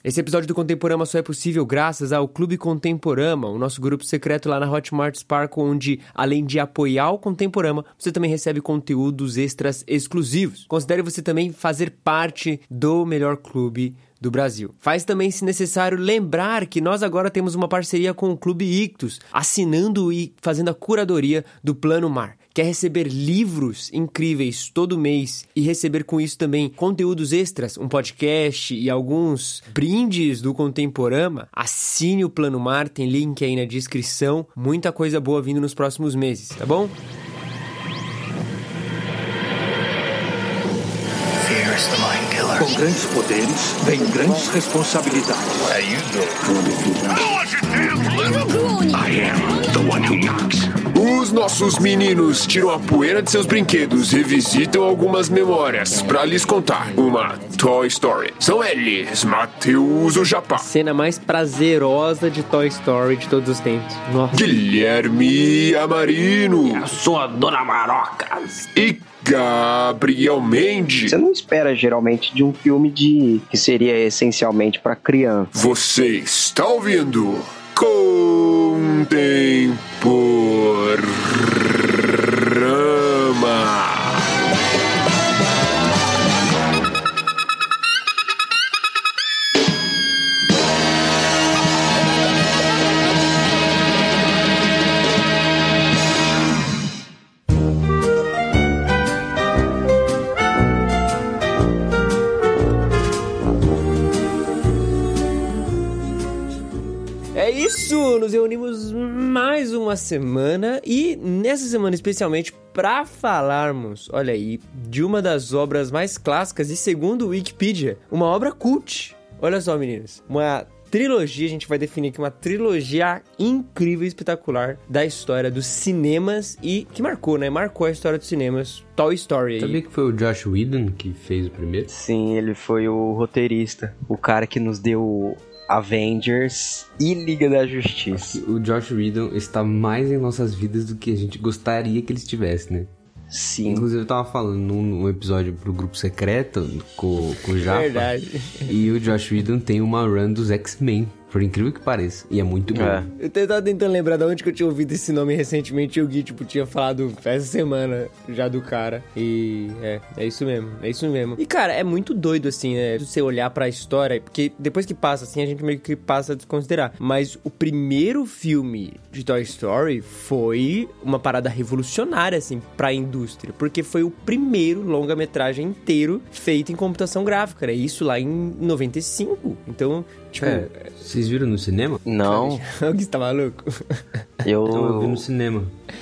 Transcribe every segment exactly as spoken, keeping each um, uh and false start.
Esse episódio do Contemporama só é possível graças ao Clube Contemporama, o nosso grupo secreto lá na Hotmart Sparkle, onde, além de apoiar o Contemporama, você também recebe conteúdos extras exclusivos. Considere você também fazer parte do melhor clube do Brasil. Faz também, se necessário, lembrar que nós agora temos uma parceria com o Clube Ictus, assinando e fazendo a curadoria do Plano Mar. Quer receber livros incríveis todo mês e receber com isso também conteúdos extras, um podcast e alguns brindes do Contemporama? Assine o Plano Mar, tem link aí na descrição. Muita coisa boa vindo nos próximos meses, tá bom? Com grandes poderes, vem grandes responsabilidades. I am the one who knocks. Os nossos meninos tiram a poeira de seus brinquedos e visitam algumas memórias pra lhes contar uma Toy Story. São eles, Matheus o Japá. Cena mais prazerosa de Toy Story de todos os tempos. Nossa. Guilherme Amarino. Eu sou a Dona Marocas. E Gabriel Mendes. Você não espera geralmente de um filme de que seria essencialmente pra criança. Você está ouvindo Contemporama. É isso, nos reunimos mais uma semana e nessa semana especialmente para falarmos, olha aí, de uma das obras mais clássicas e segundo o Wikipedia, uma obra cult. Olha só, meninas, uma trilogia, a gente vai definir aqui uma trilogia incrível e espetacular da história dos cinemas e que marcou, né? Marcou a história dos cinemas, Toy Story aí. Sabia que foi o Josh Whedon que fez o primeiro? Sim, ele foi o roteirista, o cara que nos deu Avengers e Liga da Justiça. O Josh Whedon está mais em nossas vidas do que a gente gostaria que ele estivesse, né? Sim. Inclusive eu tava falando num, num episódio pro grupo secreto com, com o Japa. Verdade. E o Josh Whedon tem uma run dos X-Men, por incrível que pareça. E é muito bom. É. Eu tava tentando lembrar de onde que eu tinha ouvido esse nome recentemente e o Gui, tipo, tinha falado essa semana já do cara. E é, é isso mesmo, é isso mesmo. E, cara, é muito doido, assim, né? Você olhar pra história, porque depois que passa, assim, a gente meio que passa a desconsiderar. Mas o primeiro filme de Toy Story foi uma parada revolucionária, assim, pra indústria. Porque foi o primeiro longa-metragem inteiro feito em computação gráfica, né? Isso lá em noventa e cinco. Então, tipo... É, vocês viram no cinema? Não. O Gui tá maluco? Eu, Então eu vi no cinema.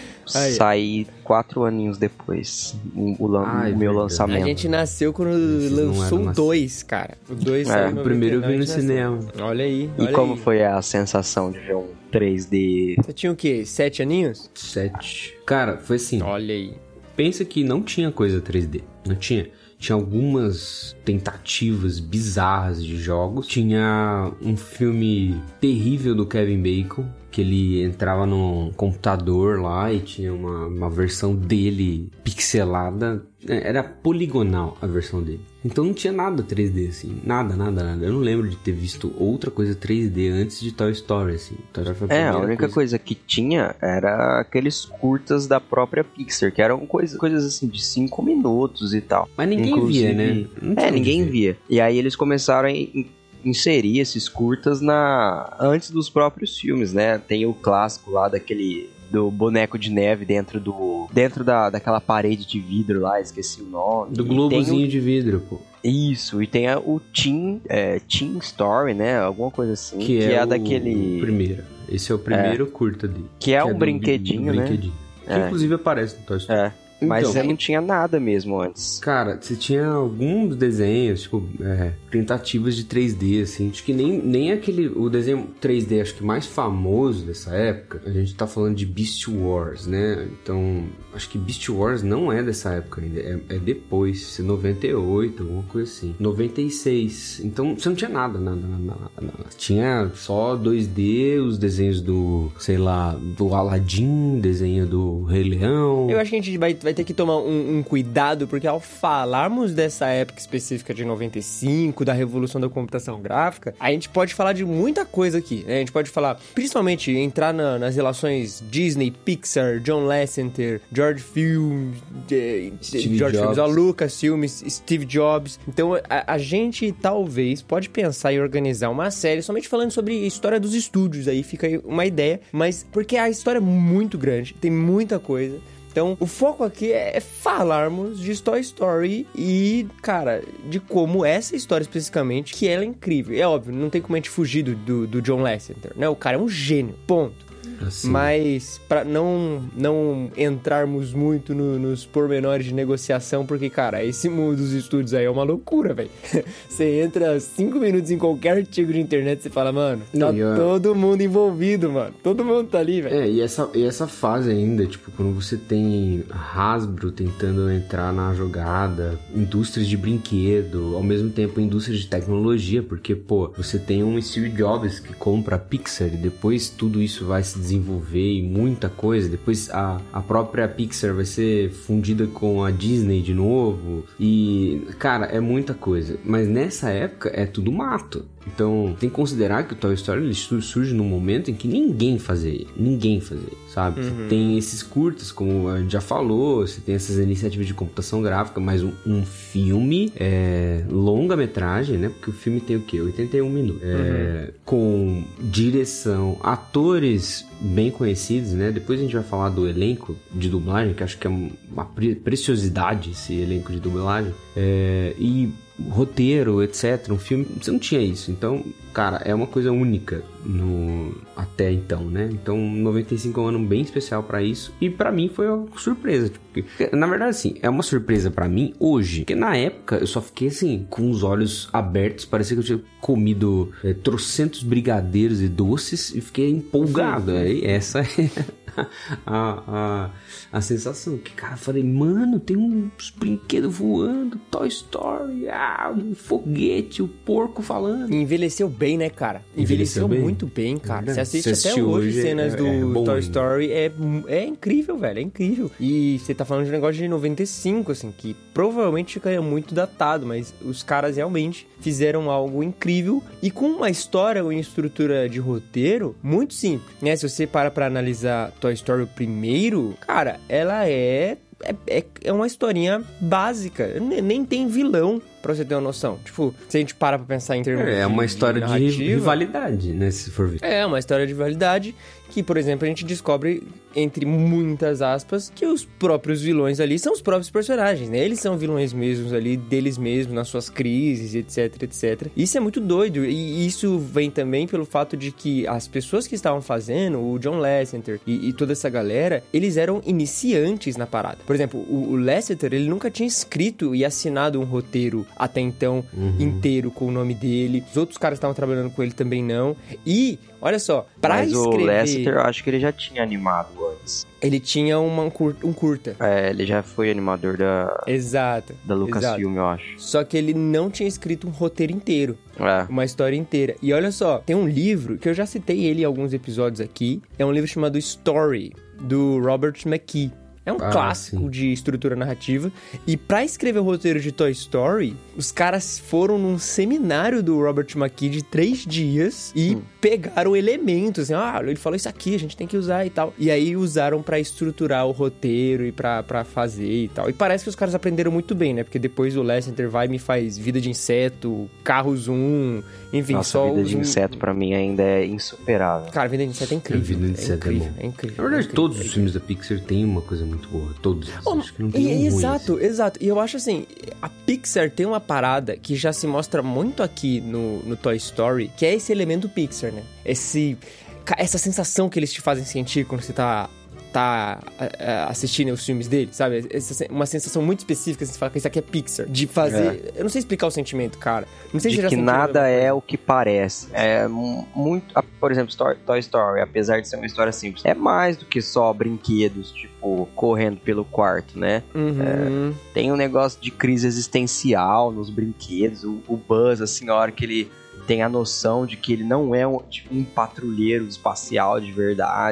saí quatro aninhos depois, o, lan- Ah, é o meu verdade. lançamento. A gente nasceu quando Vocês não lançou eram o dois, cara. O dois É, saiu em O primeiro eu vi no noventa e nove, a gente cinema. nasceu. Olha aí, E olha como aí. foi a sensação de ver um três D? Você tinha o quê? Sete aninhos? Sete. Cara, foi assim. Olha aí. Pensa que não tinha coisa três D. Não tinha. Tinha algumas tentativas bizarras de jogos. Tinha um filme terrível do Kevin Bacon, que ele entrava num computador lá e tinha uma, uma versão dele pixelada. Era poligonal a versão dele. Então não tinha nada três D, assim. Nada, nada, nada. Eu não lembro de ter visto outra coisa três D antes de Toy Story, assim. Toy Story foi a É, a primeira única coisa. que tinha era aqueles curtas da própria Pixar, que eram coisa, coisas assim de cinco minutos e tal. Mas ninguém Inclusive- via, né? Não tinha É, onde ninguém ver. via. E aí eles começaram a in- inserir esses curtas na antes dos próprios filmes, né? Tem o clássico lá daquele do boneco de neve dentro do dentro da, daquela parede de vidro lá, esqueci o nome. Do E globozinho tem de vidro, pô. o, isso, e tem a, o Teen, é, Teen Story, né? Alguma coisa assim, Que, é, o daquele primeiro. Esse é o primeiro curta dele. que é um do- brinquedinho, do né? brinquedinho. Que É. inclusive aparece no Toy Story. É. Mas Então, eu não tinha nada mesmo antes. Cara, você tinha alguns desenhos, tipo, é, tentativas de três D, assim. Acho que nem, nem aquele... O desenho três D, acho que mais famoso dessa época, a gente tá falando de Beast Wars, né? Então, acho que Beast Wars não é dessa época ainda. É, é depois, noventa e oito, alguma coisa assim. noventa e seis. Então, você não tinha nada, nada, nada, nada, nada. Tinha só dois D, os desenhos do, sei lá, do Aladdin, desenho do Rei Leão. Eu acho que a gente vai vai ter que tomar um, um cuidado, porque ao falarmos dessa época específica de noventa e cinco, da revolução da computação gráfica, a gente pode falar de muita coisa aqui, né? A gente pode falar, principalmente, entrar na, nas relações Disney, Pixar, John Lasseter, George Films, de, Steve George Jobs. Films, ó, Lucas Filmes, Steve Jobs. Então, a, a gente talvez pode pensar em organizar uma série somente falando sobre a história dos estúdios, aí fica aí uma ideia, mas porque a história é muito grande, tem muita coisa. Então, o foco aqui é falarmos de Toy Story e, cara, de como essa história especificamente, que ela é incrível. É óbvio, não tem como a gente fugir do, do, do John Lasseter, né? O cara é um gênio, ponto. Assim. Mas pra não, não entrarmos muito no, nos pormenores de negociação, porque, cara, esse mundo dos estúdios aí é uma loucura, velho. Você entra cinco minutos em qualquer artigo de internet e você fala, mano, tá Não, eu... todo mundo envolvido, mano. Todo mundo tá ali, velho. É, e essa, e essa fase ainda, tipo, quando você tem Hasbro tentando entrar na jogada, indústrias de brinquedo, ao mesmo tempo indústrias de tecnologia, porque, pô, você tem um Steve Jobs que compra a Pixar e depois tudo isso vai se desenvolver e muita coisa, depois a, a própria Pixar vai ser fundida com a Disney de novo e, cara, é muita coisa, mas nessa época é tudo mato. Então, tem que considerar que o Toy Story ele surge num momento em que ninguém fazia, ninguém fazia, sabe? Uhum. Você tem esses curtas, como a gente já falou, você tem essas iniciativas de computação gráfica, mas um, um filme, é, longa-metragem, né? Porque o filme tem o quê? oitenta e um minutos. É, uhum. Com direção, atores bem conhecidos, né? Depois a gente vai falar do elenco de dublagem, que acho que é uma preciosidade esse elenco de dublagem. É, e roteiro, etcétera. Um filme, você não tinha isso. Então, cara, é uma coisa única no até então, né? Então, noventa e cinco é um ano bem especial pra isso. E pra mim foi uma surpresa. Tipo, na verdade, assim, é uma surpresa pra mim hoje. Porque na época eu só fiquei assim, com os olhos abertos. Parecia que eu tinha comido é, trocentos brigadeiros e doces e fiquei empolgado. Aí, essa é a, a, a sensação. Que, cara, eu falei, mano, tem uns brinquedos voando, Toy Story, ah, um foguete, o porco falando. Envelheceu bem, né, cara? Envelheceu, Envelheceu bem. muito bem, cara. É, você assiste você até hoje, hoje cenas é, do é Toy ainda. Story, é, é incrível, velho, é incrível. E você tá falando de um negócio de noventa e cinco, assim, que provavelmente ficaria muito datado, mas os caras realmente fizeram algo incrível e com uma história ou estrutura de roteiro muito simples, né? Se você para pra analisar Toy Story primeiro, cara, ela é... É, é uma historinha básica, nem tem vilão, pra você ter uma noção. Tipo, se a gente para pra pensar em termos É, é uma de, história de, de rivalidade, né, se for ver. É, uma história de rivalidade que, por exemplo, a gente descobre, entre muitas aspas, que os próprios vilões ali são os próprios personagens, né? Eles são vilões mesmos ali, deles mesmos, nas suas crises, etc, etcétera. Isso é muito doido, e isso vem também pelo fato de que as pessoas que estavam fazendo, o John Lasseter e, e toda essa galera, eles eram iniciantes na parada. Por exemplo, o, o Lasseter, ele nunca tinha escrito e assinado um roteiro até então, uhum. inteiro, com o nome dele. Os outros caras que estavam trabalhando com ele também não. E, olha só, pra Mas escrever... Mas o Lasseter, eu acho que ele já tinha animado antes. Ele tinha uma, um curta. É, ele já foi animador da... Exato. Da Lucasfilm, eu acho. Só que ele não tinha escrito um roteiro inteiro. É. Uma história inteira. E olha só, tem um livro, que eu já citei ele em alguns episódios aqui. É um livro chamado Story, do Robert McKee. É um ah, clássico sim. de estrutura narrativa. E pra escrever o roteiro de Toy Story, os caras foram num seminário do Robert McKee de três dias e hum. pegaram elementos. Assim, ah, ele falou isso aqui, a gente tem que usar e tal. E aí usaram pra estruturar o roteiro e pra, pra fazer e tal. E parece que os caras aprenderam muito bem, né? Porque depois o Lasseter vai e me faz Vida de Inseto, Carros um, enfim, Nossa, só Vida os... de Inseto pra mim ainda é insuperável. Cara, Vida de Inseto é incrível. Vida de Inseto é incrível, é, bom. é incrível. Na verdade, é incrível, todos é os filmes da Pixar têm uma coisa muito muito boa, todos. Oh, acho que não tem e, um exato, ruim, assim. exato. E eu acho assim, a Pixar tem uma parada que já se mostra muito aqui no, no Toy Story, que é esse elemento Pixar, né? Esse, essa sensação que eles te fazem sentir quando você tá... tá uh, assistindo os filmes dele, sabe? Essa, uma sensação muito específica, assim, você fala que isso aqui é Pixar. De fazer... É. Eu não sei explicar o sentimento, cara. Não sei de se já que nada é o que parece. É muito... Por exemplo, Story, Toy Story, apesar de ser uma história simples, é mais do que só brinquedos, tipo, correndo pelo quarto, né? Uhum. É, tem um negócio de crise existencial nos brinquedos. O, o Buzz, assim, a hora que ele tem a noção de que ele não é um, tipo, um patrulheiro espacial de verdade.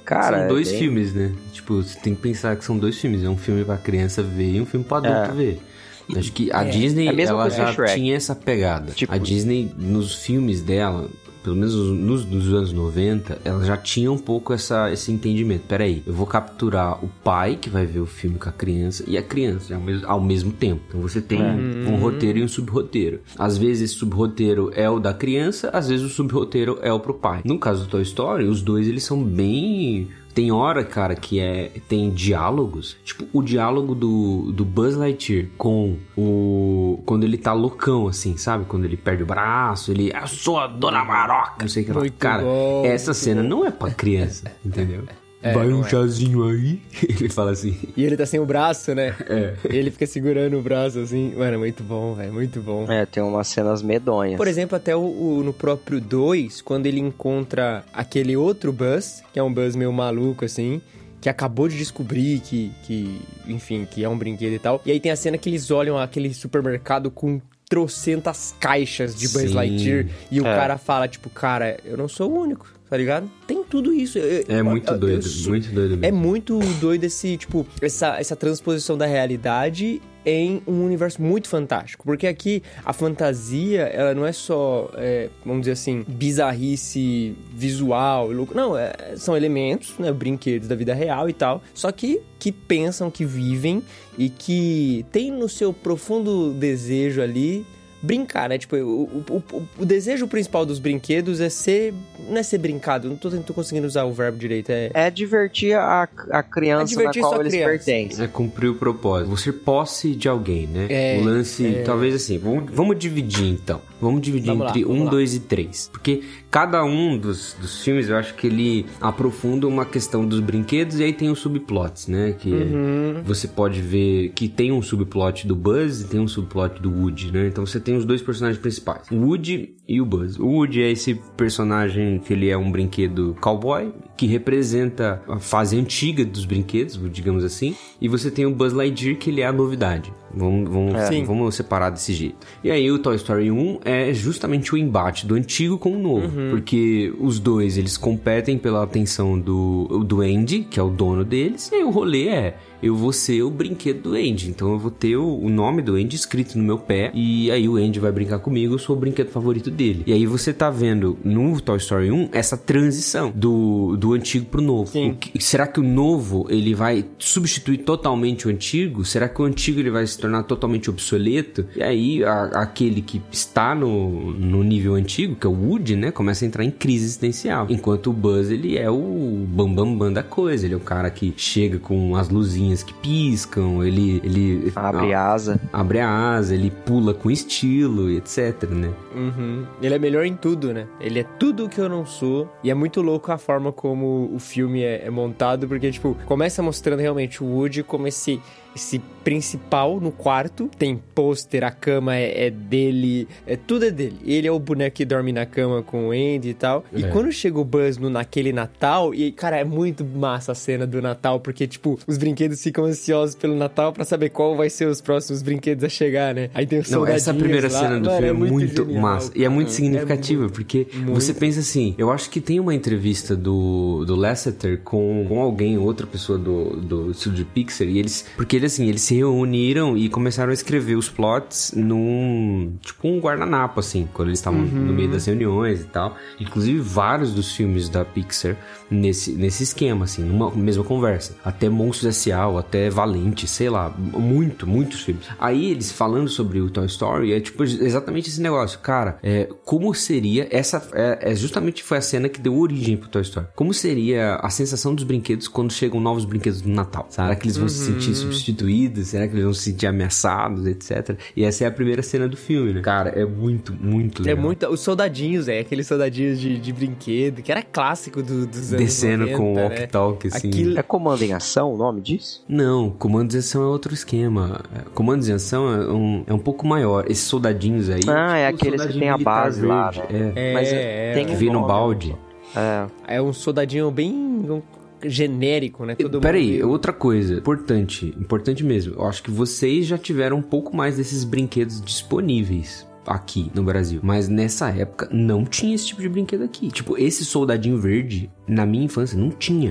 Cara, são dois é bem... filmes, né? Tipo, você tem que pensar que são dois filmes. É um filme pra criança ver e um filme pra adulto É. ver. Acho que a É. Disney, É a mesma ela coisa que já Shrek. tinha essa pegada. Tipo- A Disney, nos filmes dela, pelo menos nos, nos anos noventa, ela já tinha um pouco essa, esse entendimento. Peraí, eu vou capturar o pai que vai ver o filme com a criança e a criança ao mesmo, ao mesmo tempo. Então você tem É. um, um roteiro e um sub-roteiro. Às vezes esse sub-roteiro é o da criança, às vezes o sub-roteiro é o pro pai. No caso do Toy Story, os dois eles são bem... Tem hora, cara, que é tem diálogos. Tipo, o diálogo do, do Buzz Lightyear com o... Quando ele tá loucão, assim, sabe? Quando ele perde o braço, ele... Eu sou a Dona Maroca! Não sei o que lá. Muito Cara, bom, essa muito cena bom. não é pra criança, entendeu? É, Vai não um é. chazinho aí. Ele fala assim. E ele tá sem o braço, né? É. Ele fica segurando o braço assim. Mano, muito bom, velho, muito bom. É, tem umas cenas medonhas. Por exemplo, até o, o- no próprio dois, quando ele encontra aquele outro Buzz, que é um Buzz meio maluco, assim, que acabou de descobrir que, que, enfim, que é um brinquedo e tal. E aí tem a cena que eles olham aquele supermercado com trocentas caixas de Buzz Sim. Lightyear e o É. cara fala, tipo, cara, eu não sou o único, tá ligado? Tem tudo isso. Eu- É eu- muito eu- eu doido, sou- muito doido mesmo. É muito doido esse, tipo, essa, essa transposição da realidade em um universo muito fantástico. Porque aqui a fantasia, ela não é só, é, vamos dizer assim, bizarrice visual. e louco- Não, é- são elementos, né, brinquedos da vida real e tal. Só que que pensam, que vivem e que tem no seu profundo desejo ali brincar, né? Tipo, o, o, o, o desejo principal dos brinquedos é ser... Não é ser brincado, não tô, não tô conseguindo usar o verbo direito. É, É divertir a, a criança É divertir na qual sua eles criança. pertencem. É cumprir o propósito. Você posse de alguém, né? É, o lance, é. talvez assim, vamos, vamos dividir então. Vamos dividir Vamos lá, entre vamos um, lá. dois e três. Porque cada um dos, dos filmes, eu acho que ele aprofunda uma questão dos brinquedos e aí tem os subplots, né? Que Uhum. você pode ver que tem um subplot do Buzz e tem um subplot do Woody, né? Então você tem os dois personagens principais, o Woody e o Buzz. O Woody é esse personagem que ele é um brinquedo cowboy, que representa a fase antiga dos brinquedos, digamos assim. E você tem o Buzz Lightyear, que ele é a novidade. Vamos, vamos, É. Sim. vamos separar desse jeito. E aí o Toy Story um é justamente o embate do antigo com o novo. Uhum. Porque os dois, eles competem pela atenção do, do Andy, que é o dono deles. E aí o rolê é... eu vou ser o brinquedo do Andy. Então eu vou ter o, o nome do Andy escrito no meu pé. E aí o Andy vai brincar comigo. Eu sou o brinquedo favorito dele. E aí você tá vendo no Toy Story um essa transição do, do antigo pro novo. Sim. O que- será que o novo ele vai substituir totalmente o antigo? Será que o antigo ele vai se tornar totalmente obsoleto? E aí a- aquele que está no, no nível antigo, que é o Woody, né? Começa a entrar em crise existencial. Enquanto o Buzz ele é o bambambam bam, bam da coisa. Ele é o cara que chega com as luzinhas que piscam, ele... ele Abre ah, asa. abre a asa, ele pula com estilo, etc, né? Uhum. Ele é melhor em tudo, né? Ele é tudo o que eu não sou. E é muito louco a forma como o filme é, é montado, porque, tipo, começa mostrando realmente o Woody como esse, esse principal no quarto. Tem pôster, a cama é, é dele, é, tudo é dele. Ele é o boneco que dorme na cama com o Andy e tal. E É. quando chega o Buzz no, naquele Natal, e, cara, é muito massa a cena do Natal, porque, tipo, os brinquedos ficam ansiosos pelo Natal pra saber qual vai ser os próximos brinquedos a chegar, né? Aí tem os Não, essa soldadinhos primeira lá. cena do Mano, filme é muito, genial, massa. E é cara. muito É significativa, muito, porque muito. você pensa assim, eu acho que tem uma entrevista do, do Lasseter com, com alguém, outra pessoa do, do estúdio Pixar, e eles, porque eles assim, eles se reuniram e começaram a escrever os plots num, tipo um guardanapo, assim, quando eles estavam Uhum. no meio das reuniões e tal. Inclusive, vários dos filmes da Pixar nesse, nesse esquema, assim, numa mesma conversa. Até Monstros S A, ou até Valente, sei lá, muito, muitos filmes. Aí eles falando sobre o Toy Story, é tipo exatamente esse negócio, cara, é, como seria, essa é, é justamente foi a cena que deu origem pro Toy Story. Como seria a sensação dos brinquedos quando chegam novos brinquedos no Natal? Será que eles vão se sentir substituídos? Será que eles vão se sentir ameaçados, etcétera. E essa é a primeira cena do filme, né? Cara, é muito, muito É legal. muito. Os soldadinhos, é, aqueles soldadinhos de, de brinquedo, que era clássico do, dos anos Descendo noventa, com o né? walkie-talkie, assim. Aquilo- É Comando em Ação o nome disso? Não, Comandos em Ação é outro esquema. É, Comandos em Ação é um, é um pouco maior. Esses soldadinhos aí... Ah, é tipo aqueles que soldadinho tem a militar base lá, verde. né? É, É, Mas é, tem que um vem no nome. balde. É. é um soldadinho bem um, genérico, né? Todo Peraí, mundo... outra coisa, importante, importante mesmo. Eu acho que vocês já tiveram um pouco mais desses brinquedos disponíveis aqui no Brasil. Mas nessa época não tinha esse tipo de brinquedo aqui. Tipo, esse soldadinho verde, na minha infância, não tinha.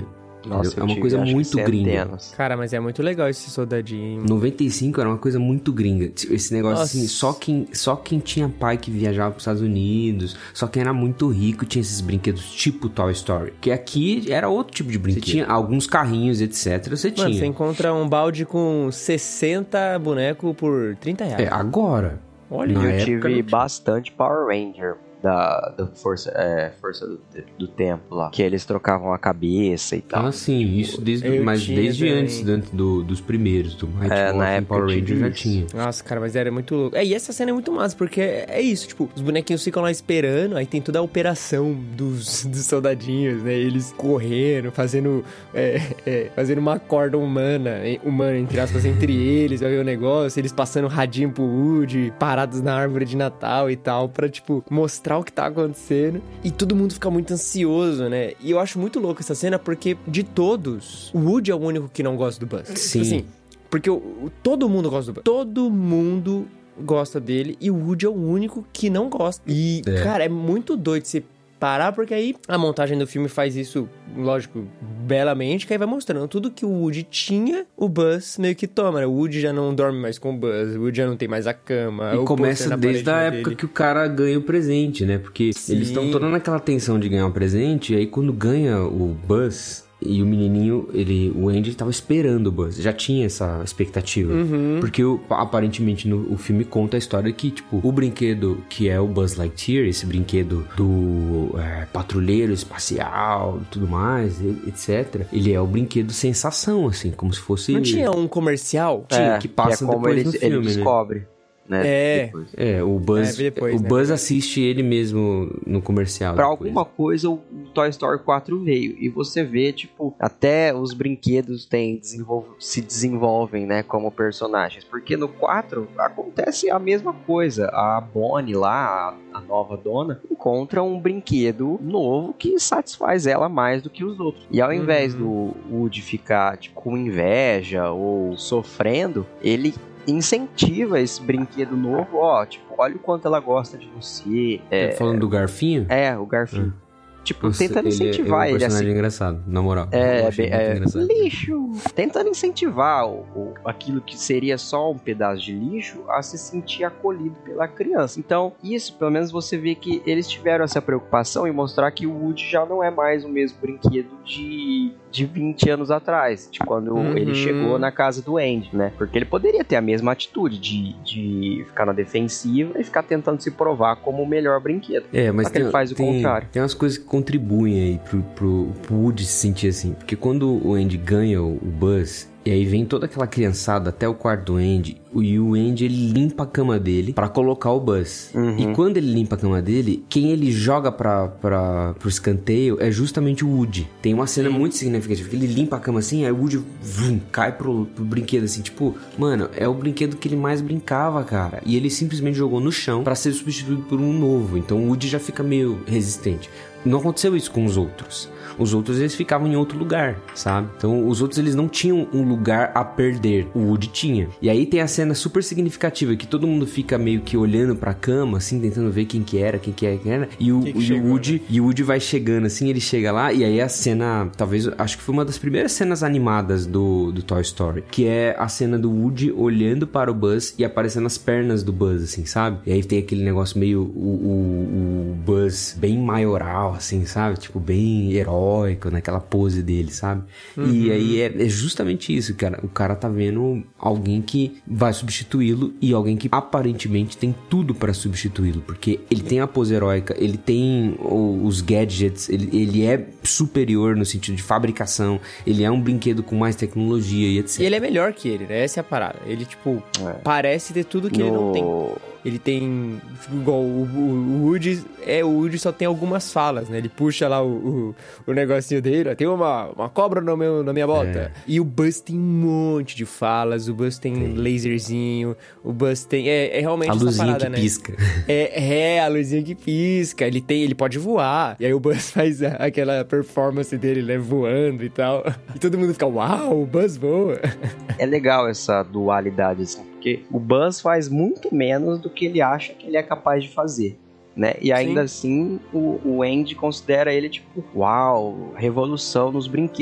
Nossa, é uma coisa muito gringa. centenas. Cara, mas é muito legal esse soldadinho. noventa e cinco era uma coisa muito gringa. Esse negócio Nossa. assim, só quem, só quem tinha pai que viajava pros Estados Unidos, só quem era muito rico tinha esses brinquedos tipo Toy Story. Que aqui era outro tipo de brinquedo. Você tinha alguns carrinhos, etcétera. Você Mano, tinha. você encontra um balde com sessenta bonecos por trinta reais. É, agora. Olha, Na Eu época tive não tinha. bastante Power Ranger da, da Força, é, Força do, do Tempo lá. Que eles trocavam a cabeça e tal. Ah, sim, isso desde, Eu mas tinha desde também. antes do, do- dos primeiros, do Mighty É, na Morphin época Power eu Ranger tive já isso. tinha. Nossa, cara, mas era muito louco. É, e essa cena é muito massa, porque é, é isso, tipo, os bonequinhos ficam lá esperando, aí tem toda a operação dos, dos soldadinhos, né? Eles correndo, fazendo, é, é, fazendo uma corda humana, em- humana, entre aspas, entre eles, vai ver o negócio, eles passando radinho pro Woody, parados na árvore de Natal e tal, pra, tipo, mostrar o que tá acontecendo. E todo mundo fica muito ansioso, né? E eu acho muito louco essa cena, porque de todos, o Woody é o único que não gosta do Buzz. Sim. Tipo assim, porque o, o- todo mundo gosta do Buzz. Todo mundo gosta dele e o Woody é o único que não gosta. E, É. cara, é muito doido você parar, porque aí a montagem do filme faz isso, lógico, belamente, que aí vai mostrando tudo que o Woody tinha, o Buzz meio que toma, né? O Woody já não dorme mais com o Buzz, o Woody já não tem mais a cama. E o começa pôster na desde a parede época dele. que o cara ganha o presente, né? Porque Sim. eles estão toda naquela tensão de ganhar um presente, e aí quando ganha o Buzz, e o menininho, ele, o Andy tava esperando o Buzz, já tinha essa expectativa. Uhum. Porque o- aparentemente no, o filme conta a história que, tipo, o brinquedo que é o Buzz Lightyear, esse brinquedo do é, patrulheiro espacial e tudo mais, e- etcétera, ele é o brinquedo sensação, assim, como se fosse... Não tinha um comercial? Tinha, É, que passa é como depois ele, no ele filme, né? descobre. Né? É. Depois. É, o Buzz, É, depois, o né, Buzz verdade. assiste ele mesmo no comercial. Pra depois. alguma coisa o Toy Story quatro veio. E você vê, tipo, até os brinquedos têm desenvol- se desenvolvem, né, como personagens. Porque no quatro acontece a mesma coisa. A Bonnie lá, a, a nova dona, encontra um brinquedo novo que satisfaz ela mais do que os outros. E ao invés do Woody ficar, tipo, com inveja ou sofrendo, ele incentiva esse brinquedo novo, ó, tipo, olha o quanto ela gosta de você. É, Tá falando do Garfinho? é, o Garfinho. Tipo, Nossa, tentando ele é- incentivar ele. É um ele personagem assim. engraçado, na moral. Eu É, achei bem- muito é, engraçado. lixo. Tentando incentivar o, o- aquilo que seria só um pedaço de lixo a se sentir acolhido pela criança. Então, isso, pelo menos você vê que eles tiveram essa preocupação em mostrar que o Woody já não é mais o mesmo brinquedo de, de vinte anos atrás, de quando Uhum. ele chegou na casa do Andy, né? Porque ele poderia ter a mesma atitude de, de ficar na defensiva e ficar tentando se provar como o melhor brinquedo. É, mas Só que ele faz o tem, contrário. tem umas coisas que contribuem aí pro, pro, pro Woody se sentir assim. Porque quando o Andy ganha o, o Buzz, e aí vem toda aquela criançada até o quarto do Andy, e o Andy ele limpa a cama dele pra colocar o Buzz. Uhum. E quando ele limpa a cama dele, quem ele joga pra, pra, pro escanteio é justamente o Woody. Tem uma cena muito significativa, que ele limpa a cama assim, aí o Woody vum, cai pro, pro brinquedo assim, tipo, mano, é o brinquedo que ele mais brincava, cara. E ele simplesmente jogou no chão pra ser substituído por um novo. Então o Woody já fica meio resistente. Não aconteceu isso com os outros. Os outros, eles ficavam em outro lugar, sabe? Então, os outros, eles não tinham um lugar a perder. O Woody tinha. E aí tem a cena super significativa, que todo mundo fica meio que olhando pra cama, assim, tentando ver quem que era, quem que era, quem era. E o, Quem que e o chegou, Woody, e o Woody vai chegando, assim, ele chega lá, e aí a cena, talvez, acho que foi uma das primeiras cenas animadas do, do Toy Story, que é a cena do Woody olhando para o Buzz e aparecendo as pernas do Buzz, assim, sabe? E aí tem aquele negócio meio, o, o, o Buzz bem maioral, assim, sabe? Tipo, bem heróico, naquela pose dele, sabe? Uhum. E aí é, é justamente isso, cara. O cara tá vendo alguém que vai substituí-lo e alguém que aparentemente tem tudo pra substituí-lo, porque ele tem a pose heróica, ele tem o- os gadgets, ele, ele é superior no sentido de fabricação, ele é um brinquedo com mais tecnologia e E etcétera. ele é melhor que ele, né? Essa é a parada. Ele, tipo, É. parece ter tudo que ele não tem. No... Ele tem, tipo, igual o, o, o Woody, é, o Woody só tem algumas falas, né? Ele puxa lá o, o, o negocinho dele, ó, tem uma, uma cobra no meu, na minha bota. É. E o Buzz tem um monte de falas, o Buzz tem, Tem. laserzinho, o Buzz tem, é, é realmente A essa luzinha parada, que né? pisca. É, é, a luzinha que pisca, ele tem, ele pode voar. E aí o Buzz faz a- aquela performance dele, né, voando e tal. E todo mundo fica, uau, o Buzz voa. É legal essa dualidade, assim, porque o Buzz faz muito menos do que ele acha que ele é capaz de fazer, né? E ainda assim, o, o Andy considera ele, tipo, uau, revolução nos brinquedos.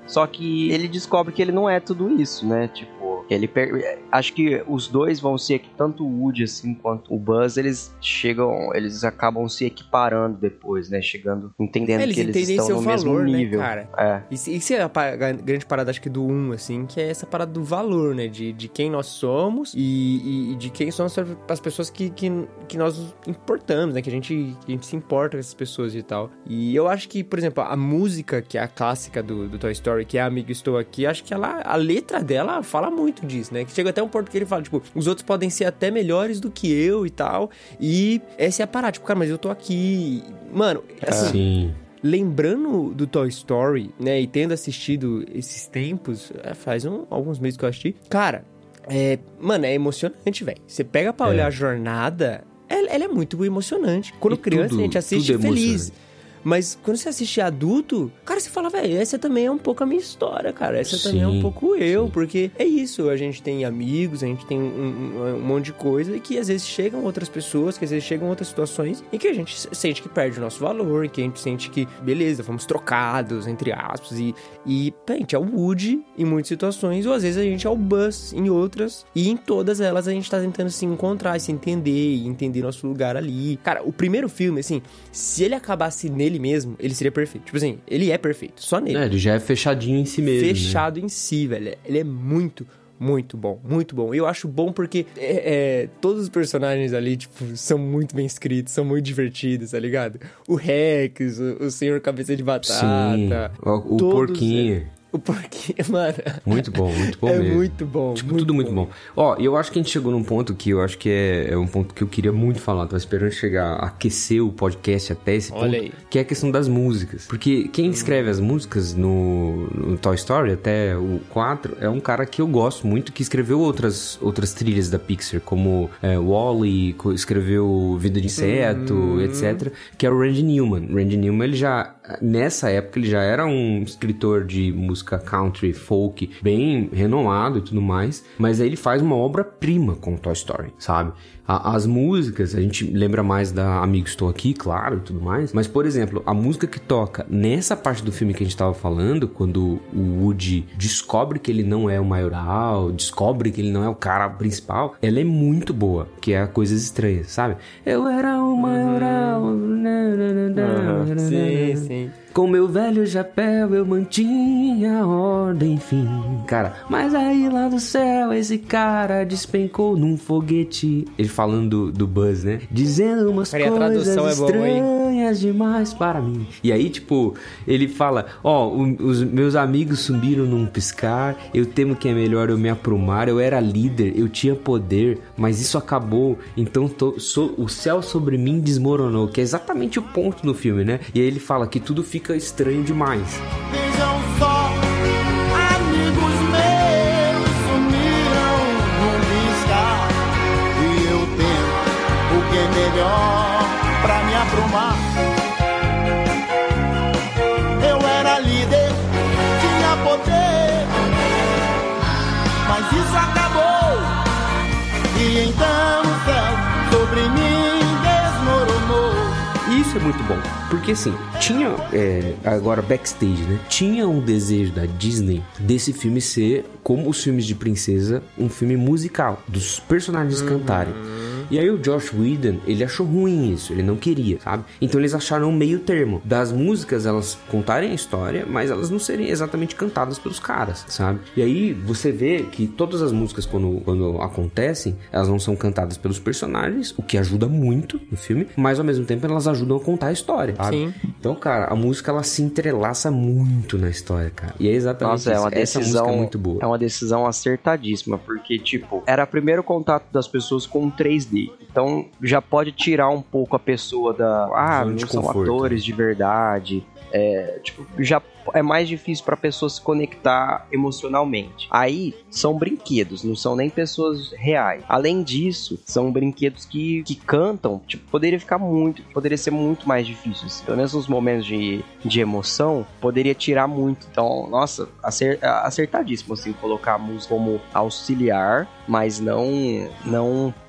Só que ele descobre que ele não é tudo isso, né? Tipo, ele per... acho que os dois vão ser, tanto o Woody assim quanto o Buzz, eles chegam, eles acabam se equiparando depois, né? Chegando, entendendo eles que eles estão seu no valor, mesmo nível. Né, cara? É. Isso, isso é a, a grande parada, acho que do um, assim, que é essa parada do valor, né? De, de quem nós somos e, e, e de quem são as, as pessoas que, que, que nós importamos, né? Que a, gente, que a gente se importa com essas pessoas e tal. E eu acho que, por exemplo, a música, que é a clássica do, do Toy Story, que é Amigo Estou Aqui, acho que ela, a letra dela fala muito disso, né? Que chega até um ponto que ele fala, tipo, os outros podem ser até melhores do que eu e tal. E essa é a parada, tipo, cara, mas eu tô aqui. Mano, assim... Sim. Lembrando do Toy Story, né, e tendo assistido esses tempos, faz um, alguns meses que eu assisti, cara, é, mano, é emocionante, velho. Você pega pra é. olhar a jornada, ela, ela é muito emocionante. Quando e criança tudo, a gente assiste é feliz. Mas quando você assiste adulto, cara, você fala, velho, essa também é um pouco a minha história, cara. Essa sim, também é um pouco eu, sim. Porque é isso, a gente tem amigos, a gente tem um, um, um monte de coisa e que às vezes chegam outras pessoas, que às vezes chegam outras situações em que a gente sente que perde o nosso valor, em que a gente sente que, beleza, fomos trocados, entre aspas, e, e a gente é o Woody em muitas situações, ou às vezes a gente é o Buzz em outras, e em todas elas a gente tá tentando se encontrar, se entender, e entender nosso lugar ali. Cara, o primeiro filme, assim, se ele acabasse nele mesmo, ele seria perfeito. Tipo assim, ele é perfeito, só nele. É, ele já é fechadinho em si mesmo, Fechado né? em si, velho. Ele é muito, muito bom, muito bom. E eu acho bom porque é, é, todos os personagens ali, tipo, são muito bem escritos, são muito divertidos, tá ligado? O Rex, o, o Senhor Cabeça de Batata. Sim, o, o porquinho. É... O porquinho, mano. Muito bom, muito bom é mesmo. É muito bom. Tipo, muito tudo bom. muito bom. Ó, e eu acho que a gente chegou num ponto que eu acho que é, é um ponto que eu queria muito falar. Tava esperando chegar, aquecer o podcast até esse ponto. Olha aí. Que é a questão das músicas. Porque quem escreve as músicas no, no Toy Story, até o quatro, é um cara que eu gosto muito, que escreveu outras, outras trilhas da Pixar, como é, Wall-E, escreveu Vida de Inseto, hum. etcétera. Que é o Randy Newman. Randy Newman, ele já... Nessa época, ele já era um escritor de música country, folk, bem renomado e tudo mais, mas aí ele faz uma obra-prima com Toy Story, sabe? A, as músicas, a gente lembra mais da Amigo Estou Aqui, claro, e tudo mais, mas, por exemplo, a música que toca nessa parte do filme que a gente tava falando, quando o Woody descobre que ele não é o maioral, descobre que ele não é o cara principal, ela é muito boa, que é a Coisas Estranhas, sabe? Eu era o maioral... Uhum. Uhum. Sim, sim. Com meu velho chapéu eu mantinha a ordem, enfim. Cara, mas aí lá do céu esse cara despencou num foguete. Ele falando do, do Buzz, né? Dizendo umas cara, coisas é estranhas boa, demais para mim. E aí, tipo, ele fala, ó, oh, os meus amigos subiram num piscar, eu temo que é melhor eu me aprumar, eu era líder, eu tinha poder, mas isso acabou, então tô, so, o céu sobre mim desmoronou, que é exatamente o ponto do filme, né? E aí ele fala que tudo fica estranho demais. Vejam só, amigos meus sumiram num piscar, e eu tento o que é melhor pra me aprumar. Eu era líder, tinha poder, mas isso acabou, e então o céu sobre mim desmoronou. Isso é muito bom, porque assim, tinha, é, agora backstage, né? Tinha um desejo da Disney desse filme ser, como os filmes de princesa, um filme musical, dos personagens uhum. cantarem. E aí o Joss Whedon, ele achou ruim isso, ele não queria, sabe? Então eles acharam um meio termo, das músicas elas contarem a história, mas elas não serem exatamente cantadas pelos caras, sabe? E aí você vê que todas as músicas quando, quando acontecem, elas não são cantadas pelos personagens, o que ajuda muito no filme, mas ao mesmo tempo elas ajudam a contar a história, sabe? Sim. Então, cara, a música ela se entrelaça muito na história, cara. E é exatamente Nossa, isso. É uma decisão, essa música é muito boa. É uma decisão acertadíssima, porque, tipo, era o primeiro contato das pessoas com o três D. Então, já pode tirar um pouco a pessoa da... Ah, não são conforto, atores né? de verdade. É, tipo, já é mais difícil pra pessoa se conectar emocionalmente. Aí, são brinquedos, não são nem pessoas reais. Além disso, são brinquedos que, que cantam, tipo, poderia ficar muito, poderia ser muito mais difícil. Assim. Pelo menos nos momentos de, de emoção, poderia tirar muito. Então, nossa, acertadíssimo, assim, colocar a música como auxiliar, mas não, não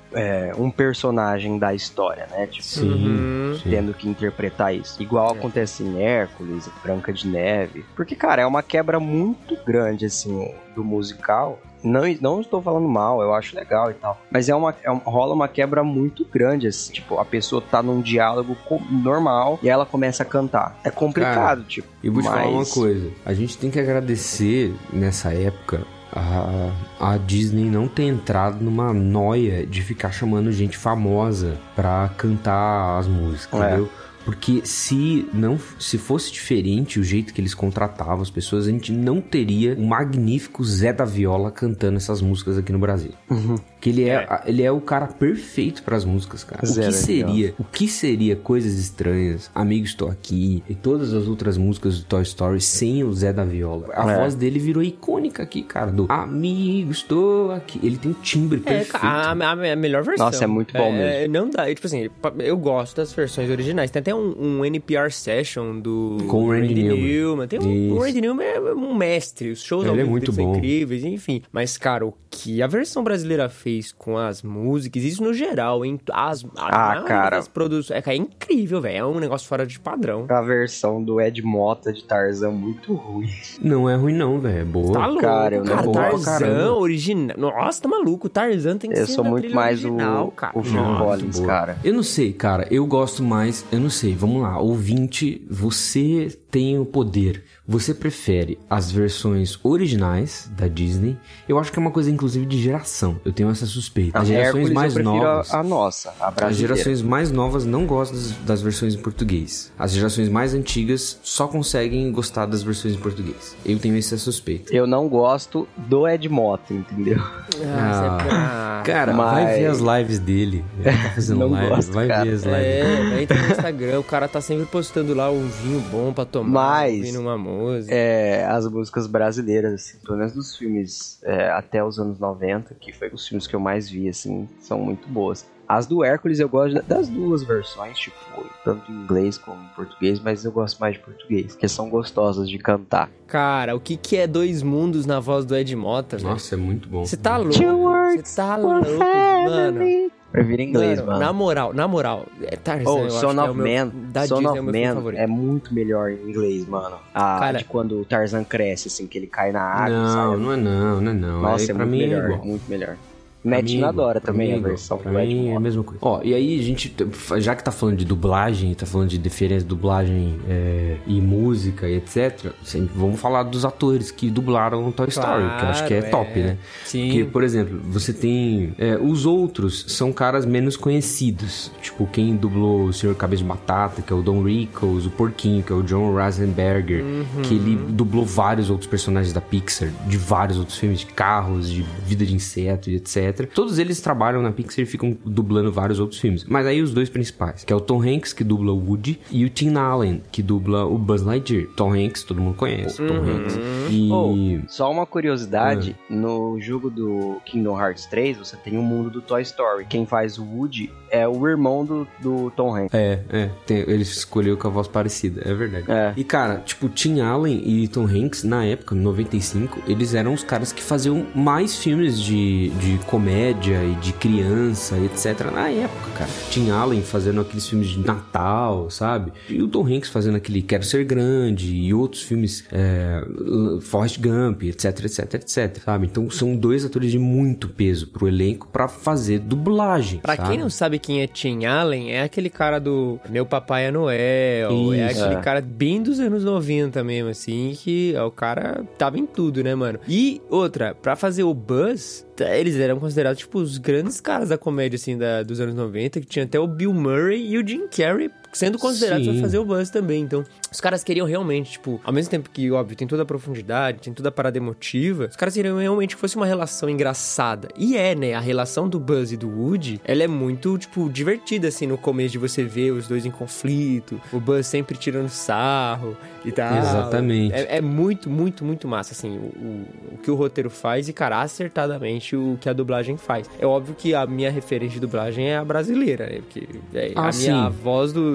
é, um personagem da história, né? Tipo, Sim, Uhum. sim. tendo que interpretar isso. Igual É. acontece em Hércules, Branca de Neve. Porque, cara, é uma quebra muito grande, assim, do musical. Não, não estou falando mal, eu acho legal e tal. Mas é uma, é uma- rola uma quebra muito grande, assim. Tipo, a pessoa tá num diálogo co- normal e ela começa a cantar. É complicado, tipo. E vou te mas... falar uma coisa. A gente tem que agradecer, nessa época, a, a Disney não ter entrado numa noia de ficar chamando gente famosa pra cantar as músicas, É. entendeu? Porque se não, se fosse diferente o jeito que eles contratavam as pessoas, a gente não teria o magnífico Zé da Viola cantando essas músicas aqui no Brasil. Que ele é, a- ele é o cara perfeito pras músicas, cara. Zé o que da seria, o que seria Coisas Estranhas, Amigo Estou Aqui e todas as outras músicas do Toy Story sem o Zé da Viola? A É. voz dele virou icônica aqui, cara, do Amigo Estou Aqui. Ele tem um timbre É, perfeito. a, a- a melhor versão. Nossa, é muito bom É, Não dá, tipo assim, eu gosto das versões originais. Tem até um, um N P R Session do Com o Randy Newman. Tem um, o Isso. Randy Newman é um mestre, os shows Ele ao é vivo muito dele são bom. incríveis, enfim. Mas, cara, o que a versão brasileira fez com as músicas, isso no geral, hein? As, a Ah, maioria cara. das produções, é, cara, é incrível, velho. É um negócio fora de padrão. A versão do Ed Mota de Tarzan muito ruim. Não é ruim não, velho. É boa. Tá louco, cara, eu não cara. vou- Tarzan caramba. original. Nossa, tá maluco. Tarzan tem que Eu ser sou na muito trilha mais original, o, cara. o Phil Nossa, Collins, boa. cara. Eu não sei, cara. Eu gosto mais. Eu não sei. Vamos lá. Ouvinte, você tem o poder. Você prefere as versões originais da Disney? Eu acho que é uma coisa, inclusive, de geração. Eu tenho essa suspeita. As A gerações Hércules mais eu prefiro novas. a, a nossa, a As brasileira. gerações mais novas não gostam das, das versões em português. As gerações mais antigas só conseguem gostar das versões em português. Eu tenho essa suspeita. Eu não gosto do Ed Mota, entendeu? Ah, você- ah, Cara, Mas- vai ver as lives dele. Ele tá fazendo Não live. gosto, vai cara. ver as lives dele. É, entra no Instagram, o cara tá sempre postando lá um vinho bom pra tomar, Mas, ouvindo uma música. É, as músicas brasileiras, assim, pelo menos dos filmes é, até os anos noventa, que foi os filmes que eu mais vi, assim, são muito boas. As do Hércules eu gosto das duas versões, tipo, tanto em inglês como em português, mas eu gosto mais de português, porque são gostosas de cantar. Cara, o que que é Dois Mundos na voz do Ed Mota, velho? Nossa, é muito bom. Você tá louco, você tá louco, mano. Prefiro em inglês, Mano, mano. na moral, na moral, é Tarzan, Oh, eu acho Son que é of o meu, Man, da Son Disney of é o meu filme Man favorito. é muito melhor em inglês, mano. Ah, Cara- de quando o Tarzan cresce, assim, que ele cai na água. Não, sabe? não é não, não é não. Nossa, Aí, é pra muito mim melhor, é igual. muito melhor. Pra Netinho mim é adora igual, pra também mim é a igual. versão Pra do Ed mim é a Mota. mesma coisa. Ó, e aí a gente, já que tá falando de dublagem, tá falando de diferença de dublagem é, e música e etcétera, assim, vamos falar dos atores que dublaram Toy Story, que eu acho que é, Claro, top, é. né? Sim. Porque, por exemplo, você tem... é, os outros são caras menos conhecidos. Tipo, quem dublou o senhor Cabeça de Batata, que é o Don Rickles, o Porquinho, que é o John Ratzenberger, Uhum. que ele dublou vários outros personagens da Pixar, de vários outros filmes, de carros, de vida de inseto e etcétera. Todos eles trabalham na Pixar e ficam dublando vários outros filmes. Mas aí os dois principais, que é o Tom Hanks, que dubla o Woody, e o Tim Allen, que dubla o Buzz Lightyear. Tom Hanks, todo mundo conhece, Tom Hanks. E... Oh, só uma curiosidade, no jogo do Kingdom Hearts três, você tem o mundo do Toy Story. Quem faz o Woody é o irmão do, do Tom Hanks. É, é. Tem, ele escolheu com a voz parecida, é verdade. É. E, cara, tipo, Tim Allen e Tom Hanks, na época, em noventa e cinco, eles eram os caras que faziam mais filmes de, de comédia e de criança, etcétera. Na época, cara. Tim Allen fazendo aqueles filmes de Natal, sabe? E o Tom Hanks fazendo aquele Quero Ser Grande e outros filmes, é, Forrest Gump, etc, etc, etc, sabe? Então, são dois atores de muito peso pro elenco pra fazer dublagem, Pra sabe? quem não sabe quem é Tim Allen, é aquele cara do Meu Papai é Noel, é Isso. aquele É. cara bem dos anos noventa mesmo, assim, que é, o cara tava em tudo, né, mano? E outra, pra fazer o Buzz, tá, eles eram considerados, tipo, os grandes caras da comédia, assim, da, dos anos noventa, que tinha até o Bill Murray e o Jim Carrey sendo considerados Sim. pra fazer o Buzz também. Então, os caras queriam realmente, tipo, ao mesmo tempo que, óbvio, tem toda a profundidade, tem toda a parada emotiva, os caras queriam realmente que fosse uma relação engraçada. E é, né? A relação do Buzz e do Woody, ela é muito, tipo, divertida, assim, no começo de você ver os dois em conflito, o Buzz sempre tirando sarro e tal. Exatamente. É, é muito, muito, muito massa, assim, o, o, o que o roteiro faz e, cara, acertadamente o que a dublagem faz. É óbvio que a minha referência de dublagem é a brasileira, né? Porque é, Ah, a sim. minha voz do,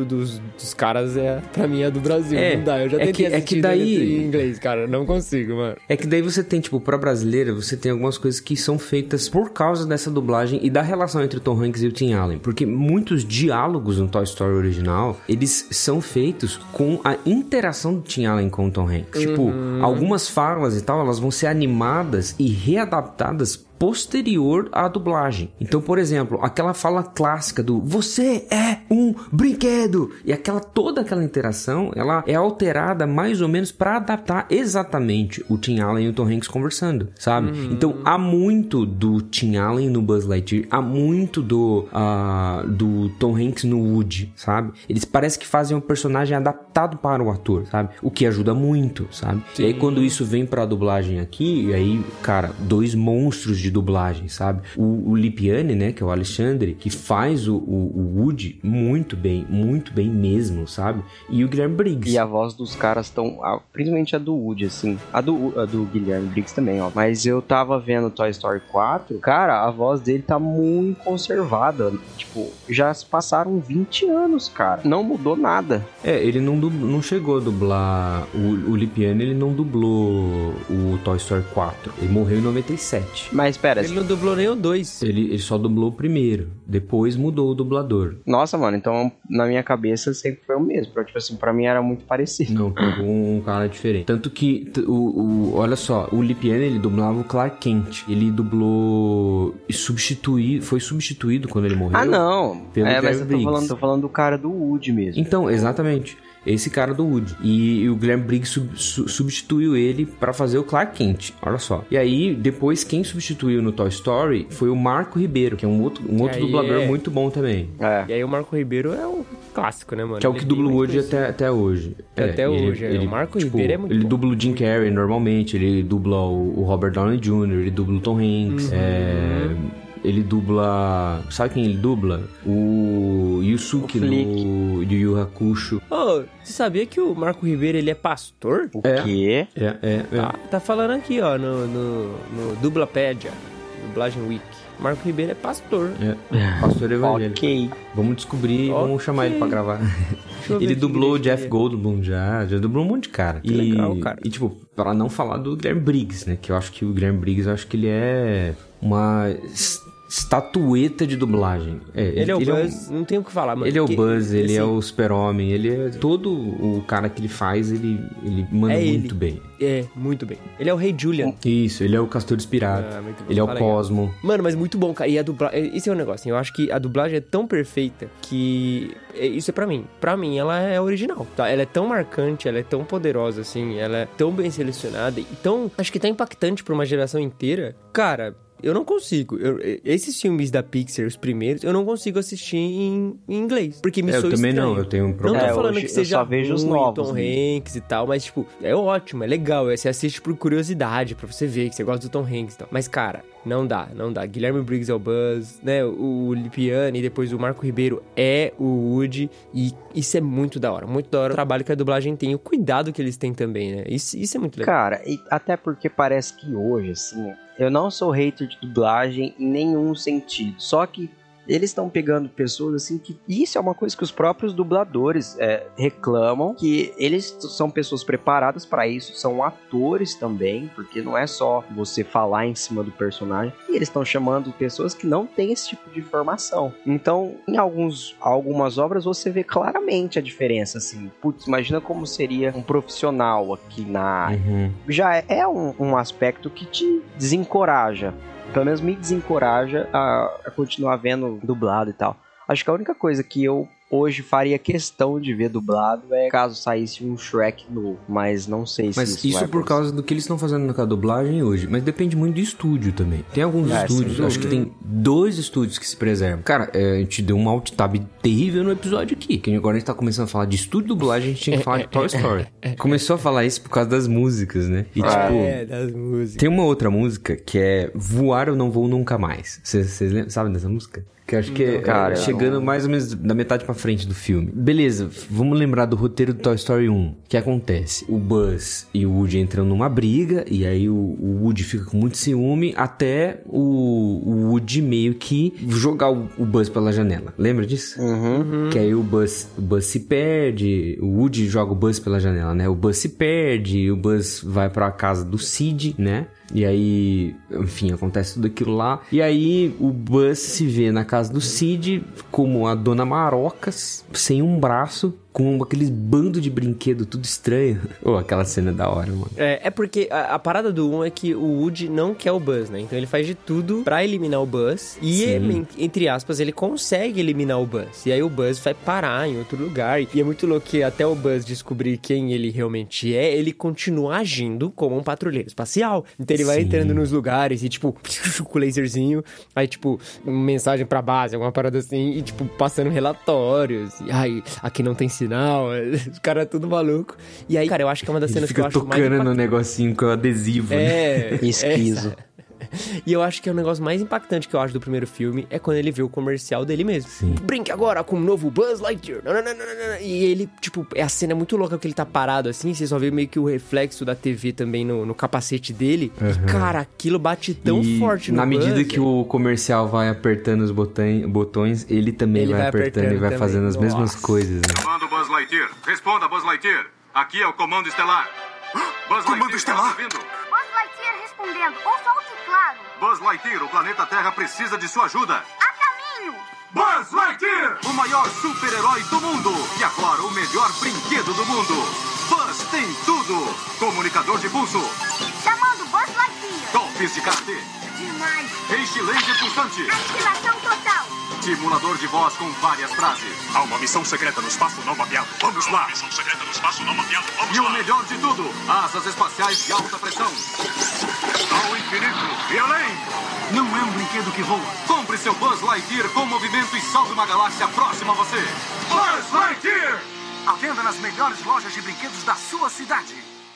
dos, dos caras é, pra mim, é do Brasil. É, não dá, eu já é tentei que- é assistir que daí- em inglês, cara. Não consigo, mano. É que daí você tem, tipo, pra brasileira, você tem algumas coisas que são feitas por causa dessa dublagem e da relação entre o Tom Hanks e o Tim Allen. Porque muitos diálogos no Toy Story original, eles são feitos com a interação do Tim Allen com o Tom Hanks. Tipo, algumas falas e tal, elas vão ser animadas e readaptadas posterior à dublagem. Então, por exemplo, aquela fala clássica do "você é um brinquedo", e aquela toda aquela interação, ela é alterada mais ou menos para adaptar exatamente o Tim Allen e o Tom Hanks conversando, sabe? Uhum. Então, há muito do Tim Allen no Buzz Lightyear, há muito do uh, do Tom Hanks no Woody, sabe? Eles parecem que fazem um personagem adaptado para o ator, sabe? O que ajuda muito, sabe? Sim. E aí, quando isso vem pra dublagem aqui, e aí, cara, dois monstros de dublagem, sabe? O, o Lipiani, né, que é o Alexandre, que faz o, o, o Woody muito bem, muito bem mesmo, sabe? E o Guilherme Briggs. E a voz dos caras estão, principalmente a do Woody, assim, a do, a do Guilherme Briggs também, ó. Mas eu tava vendo Toy Story quatro, cara, a voz dele tá muito conservada, tipo, já se passaram vinte anos, cara, não mudou nada. É, ele não, dub, não chegou a dublar, o, o Lipiani, ele não dublou o Toy Story quatro, ele morreu em noventa e sete. Mas pera, ele não dublou nem o dois. Ele, ele só dublou o primeiro. Depois mudou o dublador. Nossa, mano, então na minha cabeça sempre foi o mesmo. Tipo assim, pra mim era muito parecido. Não, pegou um cara diferente. Tanto que, o, o, olha só, o Lipiani, ele dublava o Clark Kent. Ele dublou e substituí, foi substituído quando ele morreu. Ah, não. Pelo é, mas Guilherme eu tô Briggs. falando, tô falando do cara do Woody mesmo. Então, exatamente. Esse cara do Woody. E, e o Guilherme Briggs sub, su, substituiu ele pra fazer o Clark Kent. Olha só. E aí, depois, quem substituiu no Toy Story foi o Marco Ribeiro, que é um outro, um outro dublador é... muito bom também. É. E aí o Marco Ribeiro é o clássico, né, mano? Que é o que ele dubla o Woody até, até hoje. É, até ele, hoje. Ele, é. O Marco tipo, Ribeiro é muito ele bom. dubla o Jim Carrey normalmente, ele dubla o, o Robert Downey Júnior, ele dubla o Tom Hanks, uhum. é... Ele dubla... Sabe quem ele dubla? O Yusuke do Yu Yu Hakusho. Ô, oh, você sabia que o Marco Ribeiro, ele é pastor? O é. quê? É, é, é. Tá, tá falando aqui, ó, no, no, no Dublapédia, Dublagem Week. Marco Ribeiro é pastor. É, pastor evangélico. Ok. Vamos descobrir, okay. vamos chamar ele pra gravar. Ele dublou o Jeff Goldblum já, já dublou um monte de cara. Que e, legal, cara. E tipo, pra não falar do Guilherme Briggs, né? Que eu acho que o Guilherme Briggs, eu acho que ele é uma... estatueta de dublagem. É, ele, ele é o ele Buzz, é um... não tem o que falar, mano. Ele é o Buzz, ele assim, é o Super-Homem, ele é... Todo o cara que ele faz, ele, ele manda é muito ele. bem. É, muito bem. Ele é o Rei Julian. Isso, ele é o Castor Inspirado. Ah, ele é o Cosmo. Mano, mas muito bom, cara. E a dublagem... Esse é o negócio, eu acho que a dublagem é tão perfeita que... Isso é pra mim. Pra mim, ela é original, tá? Ela é tão marcante, ela é tão poderosa, assim, ela é tão bem selecionada e tão... Acho que tá impactante pra uma geração inteira. Cara... Eu não consigo. Eu, esses filmes da Pixar, os primeiros, eu não consigo assistir em, em inglês. Porque me é, soa eu também estranho. não, eu tenho um problema. Não tô é, falando hoje que seja eu só vejo ruim, os novos, Tom né? Hanks e tal, mas, tipo, é ótimo, é legal. Você assiste por curiosidade, pra você ver que você gosta do Tom Hanks e tal. Mas, cara, não dá, não dá. Guilherme Briggs é o Buzz, né? O, o Lipiani e depois o Marco Ribeiro é o Woody. E isso é muito da hora. Muito da hora o trabalho que a dublagem tem. O cuidado que eles têm também, né? Isso, isso é muito legal. Cara, e até porque parece que hoje, assim... Eu não sou hater de dublagem em nenhum sentido. Só que eles estão pegando pessoas assim que... Isso é uma coisa que os próprios dubladores é, reclamam. Que eles são pessoas preparadas para isso. São atores também. Porque não é só você falar em cima do personagem. E eles estão chamando pessoas que não têm esse tipo de formação. Então, em alguns, algumas obras você vê claramente a diferença. Assim, putz, imagina como seria um profissional aqui na área. Uhum. Já é um, um aspecto que te desencoraja. Pelo menos me desencoraja a, a continuar vendo dublado e tal. Acho que a única coisa que eu hoje faria questão de ver dublado é caso saísse um Shrek novo. Mas não sei se Mas isso isso vai por causa do que eles estão fazendo com a dublagem hoje. Mas depende muito do estúdio também. Tem alguns É, estúdios, sim. acho que tem dois estúdios que se preservam. Cara, é, a gente deu um alt tab terrível no episódio aqui. Que agora a gente tá começando a falar de estúdio de dublagem, a gente tinha que falar de Toy Story. Começou a falar isso por causa das músicas, né? E Ah, tipo... É, das músicas. Tem uma outra música que é Voar Eu Não Vou Nunca Mais. Vocês sabem dessa música? Que acho que é cara, chegando não... mais ou menos da metade pra frente do filme. Beleza, vamos lembrar do roteiro do Toy Story um. O que acontece? O Buzz e o Woody entram numa briga, e aí o, o Woody fica com muito ciúme, até o, o Woody meio que jogar o, o Buzz pela janela. Lembra disso? Uhum. Que aí o Buzz, o Buzz se perde, o Woody joga o Buzz pela janela, né? O Buzz se perde, o Buzz vai pra casa do Sid, né? E aí, enfim, acontece tudo aquilo lá. E aí o Buzz se vê na casa do Sid como a Dona Marocas, sem um braço, com aqueles bando de brinquedo tudo estranho. Oh, aquela cena é da hora, mano. É, é porque a, a parada do um é que o Woody não quer o Buzz, né? Então ele faz de tudo pra eliminar o Buzz. E, ele, entre aspas, ele consegue eliminar o Buzz. E aí o Buzz vai parar em outro lugar. E é muito louco que até o Buzz descobrir quem ele realmente é, ele continua agindo como um patrulheiro espacial. Então ele vai Sim. entrando nos lugares e, tipo, com o laserzinho. Aí, tipo, uma mensagem pra base, alguma parada assim. E, tipo, passando relatórios. E, ai, aqui não tem sinal. Os caras é tudo maluco. E aí, cara, eu acho que é uma das ele cenas que eu acho mais... fica tocando no negocinho com o adesivo, é, né? Esquizo. É, e eu acho que é o negócio mais impactante que eu acho do primeiro filme é quando ele vê o comercial dele mesmo. Sim. Brinque agora com o novo Buzz Lightyear. E ele, tipo, é a cena é muito louca que ele tá parado assim, você só vê meio que o reflexo da T V também no, no capacete dele. Uhum. E, cara, aquilo bate tão e forte no na Buzz. medida que o comercial vai apertando os botões, botões ele também ele vai, vai apertando, apertando e vai também. fazendo as Nossa. mesmas coisas. Né? Comando Buzz Lightyear. Responda, Buzz Lightyear. Aqui é o Comando Estelar. Buzz Comando Lightyear, Estelar? Buzz Lightyear respondendo. Ouça alto e claro. Buzz Lightyear, o planeta Terra precisa de sua ajuda. A caminho. Buzz Lightyear, o maior super-herói do mundo. E agora o melhor brinquedo do mundo. Buzz tem tudo. Comunicador de pulso. Chamando Buzz Lightyear. Golpes de karatê. Demais. Peixe laser pulsante. Aniquilação total. Simulador de voz com várias frases. Há uma missão secreta no espaço não mapeado. Vamos lá. Missão secreta no espaço não mapeado. Vamos e lá. E o melhor de tudo, asas espaciais de alta pressão. Ao infinito e além. Não é um brinquedo que voa. Compre seu Buzz Lightyear com movimento e salve uma galáxia próxima a você. Buzz Lightyear! À venda nas melhores lojas de brinquedos da sua cidade.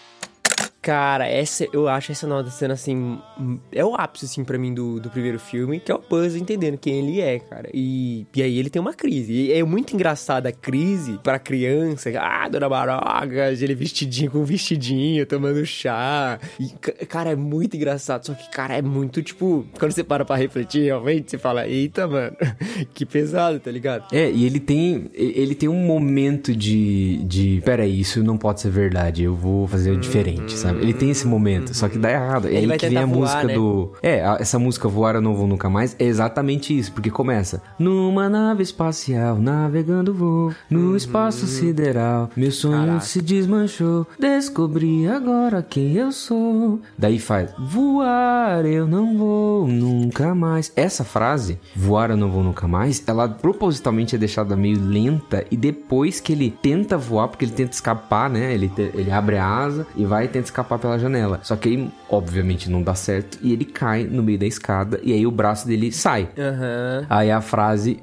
Cara, essa, eu acho essa nova cena, assim, é o ápice, assim, pra mim, do, do primeiro filme, que é o Buzz entendendo quem ele é, cara. E, e aí ele tem uma crise. E é muito engraçada a crise pra criança. Ah, Dona Marocas, ele vestidinho com vestidinho, tomando chá. E, cara, é muito engraçado. Só que, cara, é muito, tipo, quando você para pra refletir, realmente, você fala, eita, mano, que pesado, tá ligado? É, e ele tem, ele tem um momento de, de peraí, isso não pode ser verdade, eu vou fazer hum, diferente, sabe? Ele tem esse momento, só que dá errado. É ele aí que vem a voar, música né? do... É, a, essa música Voar Eu Não Vou Nunca Mais é exatamente isso, porque começa numa nave espacial, navegando voo, no uhum. espaço sideral, meu sonho Caraca. se desmanchou, descobri agora quem eu sou. Daí faz, voar eu não vou nunca mais. Essa frase, voar eu não vou nunca mais, ela propositalmente é deixada meio lenta, e depois que ele tenta voar, porque ele tenta escapar, né? Ele, te, ele abre a asa e vai e tenta escapar pela janela. Só que aí, obviamente, não dá certo. E ele cai no meio da escada. E aí o braço dele sai. Uhum. Aí a frase...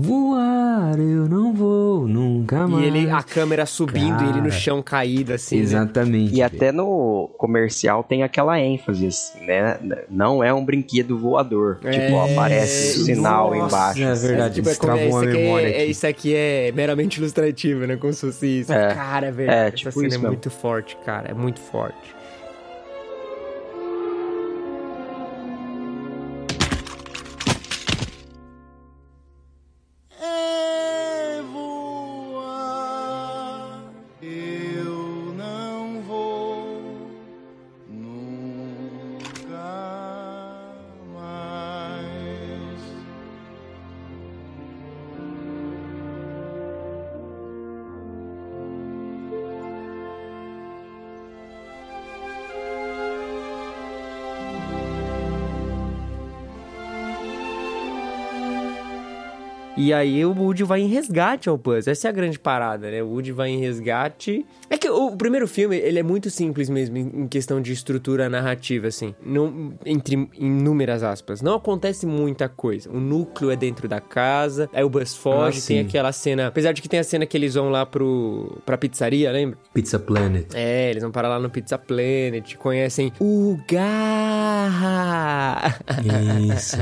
Voar, eu não vou nunca mais. E ele, a câmera subindo, Cara, e ele no chão caído, assim. Exatamente. Né? E até no comercial tem aquela ênfase, assim, né? Não é um brinquedo voador. É, tipo, aparece o sinal nossa, embaixo. É verdade, é, tipo, destravou a memória é, aqui. É, isso aqui é meramente ilustrativo, né? Como se fosse isso. É, cara, é verdade. É, essa tipo cena isso é mesmo. muito forte, cara. É muito forte. E aí o Woody vai em resgate ao Buzz. Essa é a grande parada, né? O Woody vai em resgate... É que o primeiro filme, ele é muito simples mesmo em questão de estrutura narrativa, assim. Não, entre inúmeras aspas. Não acontece muita coisa. O núcleo é dentro da casa, aí o Buzz foge, ah, tem aquela cena... Apesar de que tem a cena que eles vão lá pro, pra pizzaria, lembra? Pizza Planet. É, eles vão parar lá no Pizza Planet, conhecem o Garra. Isso.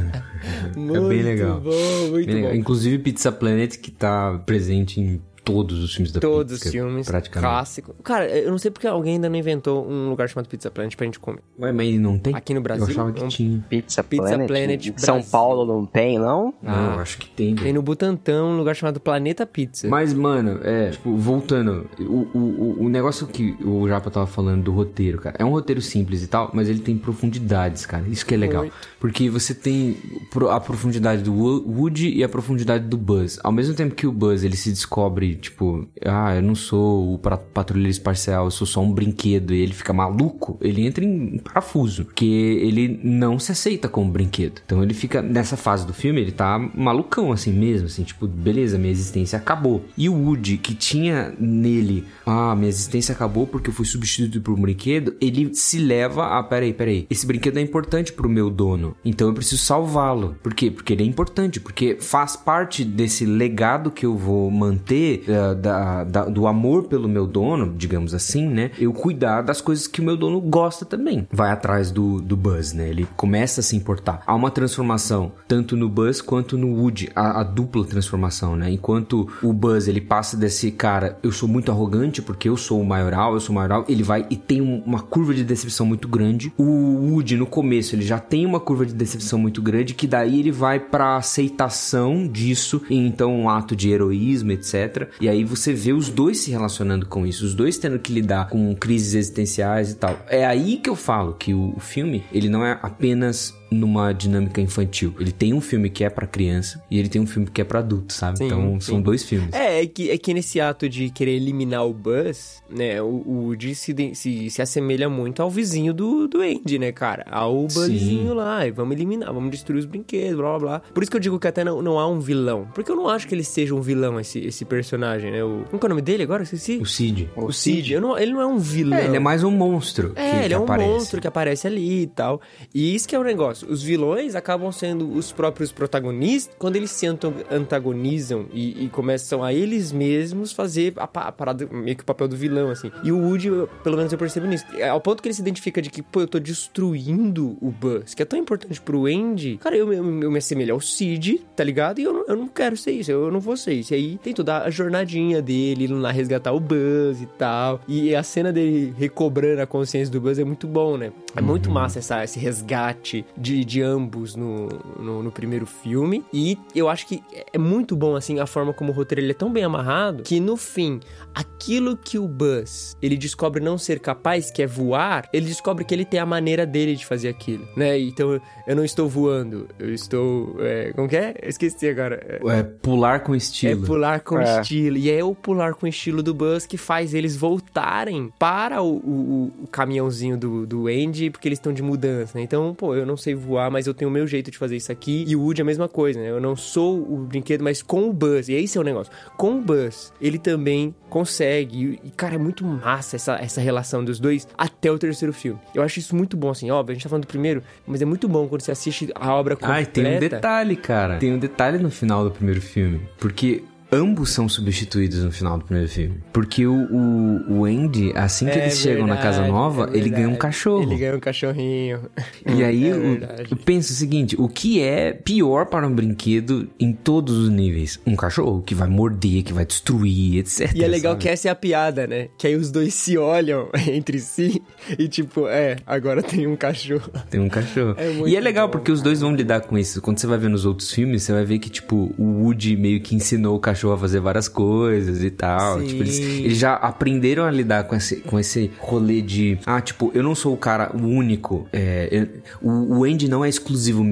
É bem legal. Bom, muito bem legal. bom. Inclusive Pizza Planet, que tá presente em todos os filmes da Todos Pizza, os filmes, praticamente. clássico. Cara, eu não sei porque alguém ainda não inventou um lugar chamado Pizza Planet pra gente comer. Ué, mas não tem? Aqui no Brasil? Eu achava que um... tinha. Pizza, Pizza Planet? Planet Em São Brasil. Paulo não tem, não? Não, ah, acho que tem. Tem no Butantã um lugar chamado Planeta Pizza. Mas, mano, é, tipo, voltando, o, o, o negócio que o Japa tava falando do roteiro, cara, é um roteiro simples e tal, mas ele tem profundidades, cara, isso que é legal. Muito. Porque você tem a profundidade do Woody e a profundidade do Buzz. Ao mesmo tempo que o Buzz, ele se descobre, tipo... ah, eu não sou o patrulheiro espacial, eu sou só um brinquedo, e ele fica maluco, ele entra em parafuso, porque ele não se aceita como brinquedo. Então ele fica, nessa fase do filme, ele tá malucão assim mesmo, assim, tipo, beleza, minha existência acabou. E o Woody, que tinha nele, ah, minha existência acabou porque eu fui substituído por um brinquedo, ele se leva a, peraí, peraí, esse brinquedo é importante pro meu dono, então eu preciso salvá-lo. Por quê? Porque ele é importante, porque faz parte desse legado que eu vou manter, uh, da, da, do amor pelo meu dono, digamos assim, né? Eu cuidar das coisas que o meu dono gosta também. Vai atrás do, do Buzz, né? Ele começa a se importar. Há uma transformação, tanto no Buzz quanto no Woody, a, a dupla transformação, né? Enquanto o Buzz, ele passa desse cara, eu sou muito arrogante porque eu sou o maioral, eu sou o maioral, ele vai e tem um, uma curva de decepção muito grande. O Woody, no começo, ele já tem uma curva de decepção muito grande, que daí ele vai pra aceitação disso, e então um ato de heroísmo, etcétera. E aí você vê os dois se relacionando com isso, os dois tendo que lidar com crises existenciais e tal. É aí que eu falo que o filme, ele não é apenas numa dinâmica infantil. Ele tem um filme que é pra criança e ele tem um filme que é pra adulto, sabe? Sim, então, sim. São dois filmes. É, é que, é que nesse ato de querer eliminar o Buzz, né, o, o Woody se, se, se assemelha muito ao vizinho do, do Andy, né, cara? Ao Buzzinho lá, e vamos eliminar, vamos destruir os brinquedos, blá, blá, blá. Por isso que eu digo que até não, não há um vilão. Porque eu não acho que ele seja um vilão, esse, esse personagem, né? O, como é o nome dele agora? Esqueci. O Cid. O, o Cid. Eu não, ele não é um vilão. É, ele é mais um monstro. É, que, ele que é um aparece. monstro que aparece ali e tal. E isso que é o negócio. Os vilões acabam sendo os próprios protagonistas quando eles se antagonizam e, e começam a eles mesmos fazer a, a parada, meio que o papel do vilão, assim. E o Woody, pelo menos eu percebo nisso, ao ponto que ele se identifica de que, pô, eu tô destruindo o Buzz, que é tão importante pro Andy. Cara, eu, eu, eu me assemelho ao Cid, tá ligado? E eu não, eu não quero ser isso, eu não vou ser isso. E aí tem toda a jornadinha dele, indo lá resgatar o Buzz e tal. E a cena dele recobrando a consciência do Buzz é muito bom, né? É muito uhum. massa essa, esse resgate de, de ambos no, no, no primeiro filme. E eu acho que é muito bom, assim, a forma como o roteiro ele é tão bem amarrado, que no fim, aquilo que o Buzz, ele descobre não ser capaz, que é voar, ele descobre que ele tem a maneira dele de fazer aquilo, né? Então, eu não estou voando, eu estou... É, como que é? Eu esqueci agora. É pular com estilo. É pular com é. estilo. E é o pular com estilo do Buzz que faz eles voltarem para o, o, o caminhãozinho do, do Andy, porque eles estão de mudança, né? Então, pô, eu não sei voar, mas eu tenho o meu jeito de fazer isso aqui. E o Woody é a mesma coisa, né? Eu não sou o brinquedo, mas com o Buzz. E esse é o negócio. Com o Buzz, ele também consegue. E, cara, é muito massa essa, essa relação dos dois até o terceiro filme. Eu acho isso muito bom, assim. Óbvio, a gente tá falando do primeiro, mas é muito bom quando você assiste a obra completa. Ah, tem um detalhe, cara. Tem um detalhe no final do primeiro filme. Porque... ambos são substituídos no final do primeiro filme. Porque o, o, o Andy, assim que é eles verdade, chegam na casa nova, é ele ganha um cachorro. Ele ganha um cachorrinho. E aí, é o, eu penso o seguinte, o que é pior para um brinquedo em todos os níveis? Um cachorro que vai morder, que vai destruir, etcétera. E é legal sabe? Que essa é a piada, né? Que aí os dois se olham entre si e tipo, é, agora tem um cachorro. Tem um cachorro. É muito e é legal bom, porque os dois vão lidar com isso. Quando você vai ver nos outros filmes, você vai ver que, tipo, o Woody meio que ensinou o cachorro a fazer várias coisas e tal. Tipo, eles, eles já aprenderam a lidar com esse, com esse rolê de... Ah, tipo, eu não sou o cara único. É, eu, o, o Andy não é exclusivo meu.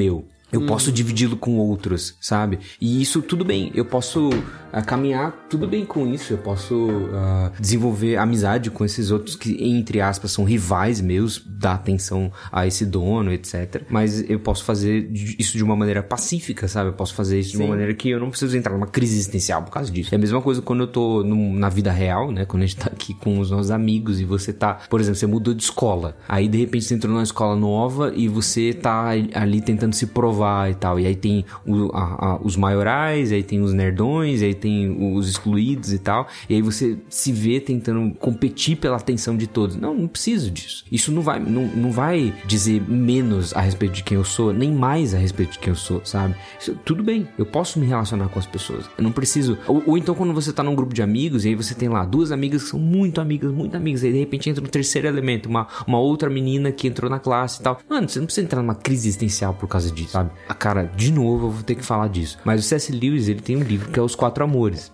Eu hum. posso dividi-lo com outros, sabe? E isso tudo bem, eu posso uh, caminhar tudo bem com isso, eu posso uh, desenvolver amizade com esses outros que, entre aspas, são rivais meus, dar atenção a esse dono, etcétera. Mas eu posso fazer isso de uma maneira pacífica, sabe? Eu posso fazer isso Sim. de uma maneira que eu não preciso entrar numa crise existencial por causa disso. É a mesma coisa quando eu tô no, na vida real, né? Quando a gente tá aqui com os nossos amigos e você tá, por exemplo, você mudou de escola, aí de repente você entrou numa escola nova e você tá ali tentando se provar e tal, e aí tem o, a, a, os maiorais, aí tem os nerdões, aí tem os excluídos e tal, e aí você se vê tentando competir pela atenção de todos. Não, não preciso disso. Isso não vai, não, não vai dizer menos a respeito de quem eu sou, nem mais a respeito de quem eu sou, sabe? Isso, tudo bem, eu posso me relacionar com as pessoas, eu não preciso, ou, ou então quando você tá num grupo de amigos, e aí você tem lá duas amigas que são muito amigas, muito amigas, aí de repente entra um terceiro elemento, uma, uma outra menina que entrou na classe e tal. Mano, você não precisa entrar numa crise existencial por causa disso, sabe? A cara, de novo eu vou ter que falar disso. Mas o C S. Lewis, ele tem um livro que é Os Quatro Amores.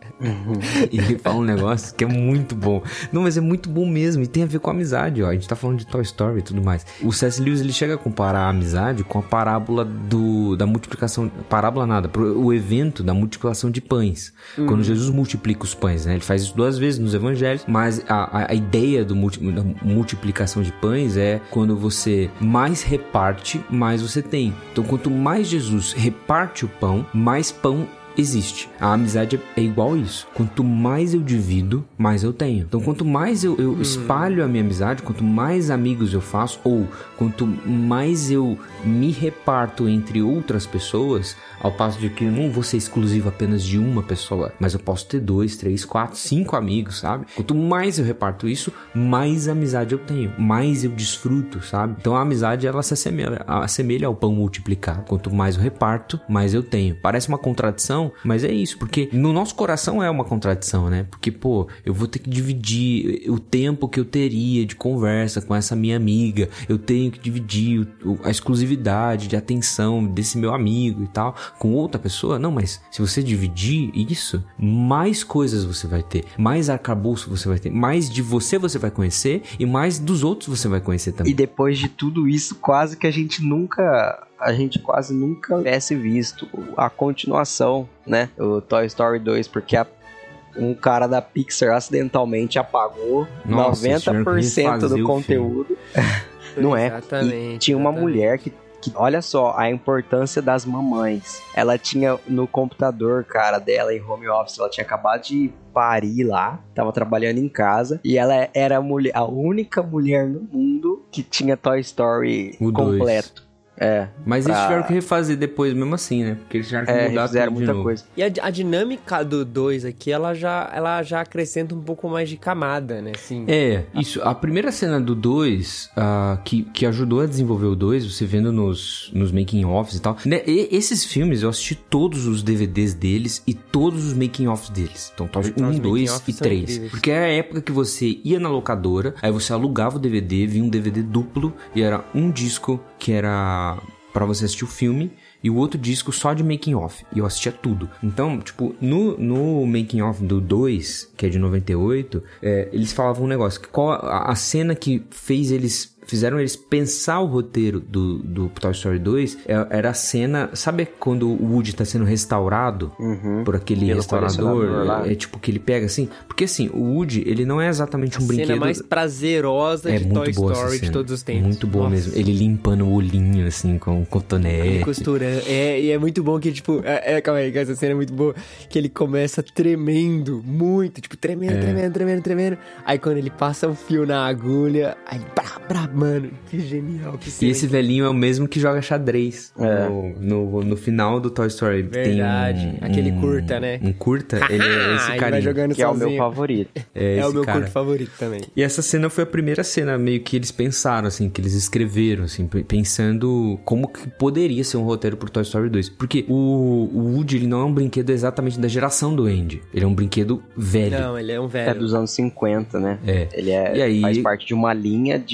E ele fala um negócio que é muito bom. Não, mas é muito bom mesmo. E tem a ver com a amizade, ó. A gente tá falando de Toy Story e tudo mais. O C S. Lewis, ele chega a comparar a amizade com a parábola do, da multiplicação... Parábola nada. O evento da multiplicação de pães. Uhum. Quando Jesus multiplica os pães, né? Ele faz isso duas vezes nos evangelhos. Mas a, a, a ideia do multi, da multiplicação de pães é quando você mais reparte, mais você tem. Então, quanto mais Jesus reparte o pão, mais pão existe. A amizade é igual isso. Quanto mais eu divido, mais eu tenho. Então, quanto mais eu, eu hum. espalho a minha amizade, quanto mais amigos eu faço, ou quanto mais eu me reparto entre outras pessoas, ao passo de que eu não vou ser exclusivo apenas de uma pessoa, mas eu posso ter dois, três, quatro, cinco amigos, sabe? Quanto mais eu reparto isso, mais amizade eu tenho, mais eu desfruto, sabe? Então, a amizade, ela se assemelha, assemelha ao pão multiplicado. Quanto mais eu reparto, mais eu tenho. Parece uma contradição, mas é isso, porque no nosso coração é uma contradição, né? Porque, pô, eu vou ter que dividir o tempo que eu teria de conversa com essa minha amiga, eu tenho que dividir o, a exclusividade de atenção desse meu amigo e tal, com outra pessoa. Não, mas se você dividir isso, mais coisas você vai ter, mais arcabouço você vai ter, mais de você você vai conhecer e mais dos outros você vai conhecer também. E depois de tudo isso, quase que a gente nunca... a gente quase nunca tivesse visto a continuação, né? O Toy Story dois, porque a, um cara da Pixar acidentalmente apagou Nossa, noventa por cento do conteúdo. Não é? Exatamente. E tinha uma exatamente. mulher que, que, olha só, a importância das mamães. Ela tinha no computador, cara, dela em home office, ela tinha acabado de parir lá, tava trabalhando em casa, e ela era a, mulher, a única mulher no mundo que tinha Toy Story o completo. dois. É, mas pra... eles tiveram que refazer depois mesmo assim, né? Porque eles tiveram que é, mudar fizeram tudo muita de novo. coisa. E a, a dinâmica do dois aqui, ela já, ela já acrescenta um pouco mais de camada, né? Assim, é, isso. A primeira cena do dois, uh, que, que ajudou a desenvolver o dois, você vendo nos, nos making-offs e tal. Né? E, esses filmes, eu assisti todos os D V Ds deles e todos os making-offs deles. Então, Toy um, dois e três. Porque era a época que você ia na locadora, aí você alugava o D V D, vinha um D V D duplo e era um disco que era... pra você assistir o filme, e o outro disco só de making off, e eu assistia tudo. Então, tipo, no, no making off do dois, que é de noventa e oito, é, eles falavam um negócio, que qual a, a cena que fez eles... fizeram eles pensar o roteiro do, do Toy Story dois, era a cena... Sabe quando o Woody tá sendo restaurado uhum. por aquele Pelo restaurador? É, é tipo que ele pega assim... Porque assim, o Woody, ele não é exatamente um a brinquedo... A cena mais prazerosa é de Toy Story de todos os tempos. Muito boa Nossa. mesmo. Ele limpando o olhinho, assim, com o cotonete. Ele costurando. É, e é muito bom que, tipo... É, é, calma aí, essa cena é muito boa. Que ele começa tremendo, muito. Tipo, tremendo, é. tremendo, tremendo, tremendo. Aí quando ele passa o fio na agulha... Aí, brá, brá, mano, que genial. Que e esse velhinho é o mesmo que joga xadrez é. no, no, no final do Toy Story. Verdade. Tem um, Aquele um, curta, né? Um curta, ele é esse cara. Que é o meu favorito. É, é o meu cara. curto favorito também. E essa cena foi a primeira cena meio que eles pensaram, assim, que eles escreveram, assim, pensando como que poderia ser um roteiro pro Toy Story dois. Porque o, o Woody, ele não é um brinquedo exatamente da geração do Andy. Ele é um brinquedo velho. Não, ele é um velho. É dos anos cinquenta, né? É. Ele é, e aí, faz parte de uma linha de outros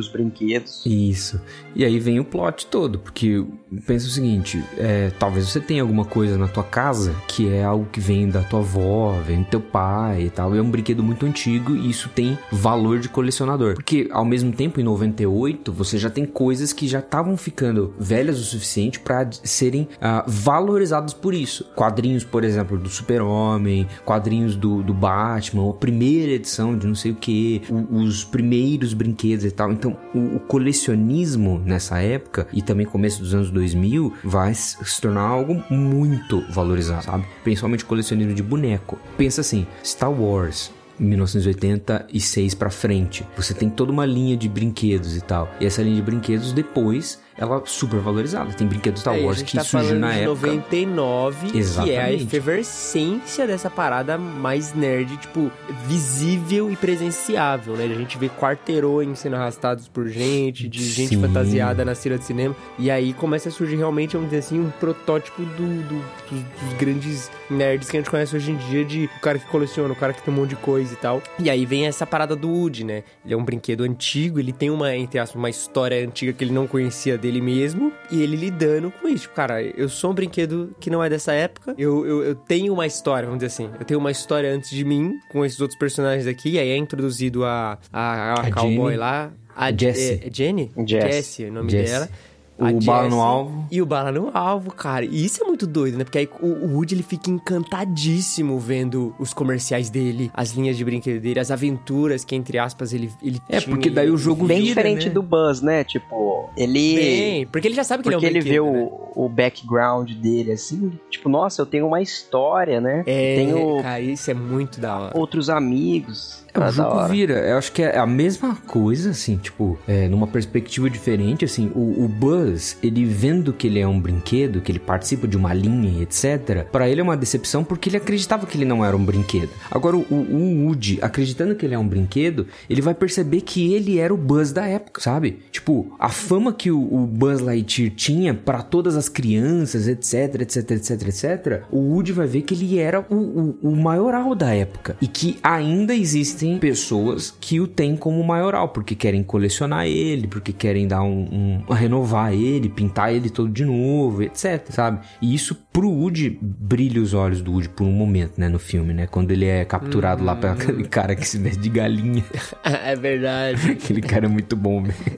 os brinquedos. Isso. E aí vem o plot todo, porque pensa o seguinte, é, talvez você tenha alguma coisa na tua casa que é algo que vem da tua avó, vem do teu pai e tal, e é um brinquedo muito antigo e isso tem valor de colecionador. Porque ao mesmo tempo, em noventa e oito, você já tem coisas que já estavam ficando velhas o suficiente para serem uh, valorizadas por isso. Quadrinhos, por exemplo, do Super-Homem, quadrinhos do, do Batman, a primeira edição de não sei o que, os primeiros brinquedos e tal. Então, o, o colecionismo nessa época, e também começo dos anos dois mil, vai se tornar algo muito valorizado, sabe? Principalmente colecionismo de boneco. Pensa assim, Star Wars, mil novecentos e oitenta e seis pra frente, você tem toda uma linha de brinquedos e tal, e essa linha de brinquedos depois ela é super valorizada. Tem brinquedos Star Wars é, que tá surgiu na época. noventa e nove, exatamente, que é a efervescência dessa parada mais nerd, tipo, visível e presenciável, né? A gente vê quarteirões sendo arrastados por gente, de gente Sim. fantasiada na cena de cinema, e aí começa a surgir realmente, vamos dizer assim, um protótipo do, do, dos, dos grandes nerds que a gente conhece hoje em dia, de o cara que coleciona, o cara que tem um monte de coisa e tal. E aí vem essa parada do Woody, né? Ele é um brinquedo antigo, ele tem uma, entre aspas, uma história antiga que ele não conhecia dele mesmo, e ele lidando com isso. Cara, eu sou um brinquedo que não é dessa época, eu, eu, eu tenho uma história, vamos dizer assim, eu tenho uma história antes de mim, com esses outros personagens aqui, e aí é introduzido a, a, a, a cowboy Jenny. lá, a Jessie. É, Jenny? Jessie. Jessie, o nome Jessie. dela. O Jessie, bala no alvo. E o bala no alvo, cara. E isso é muito doido, né? Porque aí o, o Woody, ele fica encantadíssimo vendo os comerciais dele, as linhas de brinquedo dele, as aventuras que, entre aspas, ele, ele é, tinha. É, porque daí o jogo bem vira, diferente né? do Buzz, né? Tipo, ele... Bem, porque ele já sabe que porque ele é um brinquedo, ele vê né? o, o background dele, assim, tipo, nossa, eu tenho uma história, né? É, tenho cara, isso é muito da hora. Outros amigos... É, o jogo vira, eu acho que é a mesma coisa, assim, tipo, é, numa perspectiva diferente, assim, o, o Buzz, ele vendo que ele é um brinquedo, que ele participa de uma linha, etcétera, pra ele é uma decepção porque ele acreditava que ele não era um brinquedo. Agora, o, o Woody, acreditando que ele é um brinquedo, ele vai perceber que ele era o Buzz da época, sabe? Tipo, a fama que o, o Buzz Lightyear tinha pra todas as crianças, etc, etc, etc, etcétera, o Woody vai ver que ele era o, o, o maioral da época e que ainda existem pessoas que o têm como maioral, porque querem colecionar ele, porque querem dar um, um renovar ele, pintar ele todo de novo, etc, sabe? E isso pro Woody brilha os olhos do Woody por um momento, né, no filme, né? Quando ele é capturado hum. lá pelo aquele cara que se veste de galinha. É verdade. Aquele cara é muito bom, velho.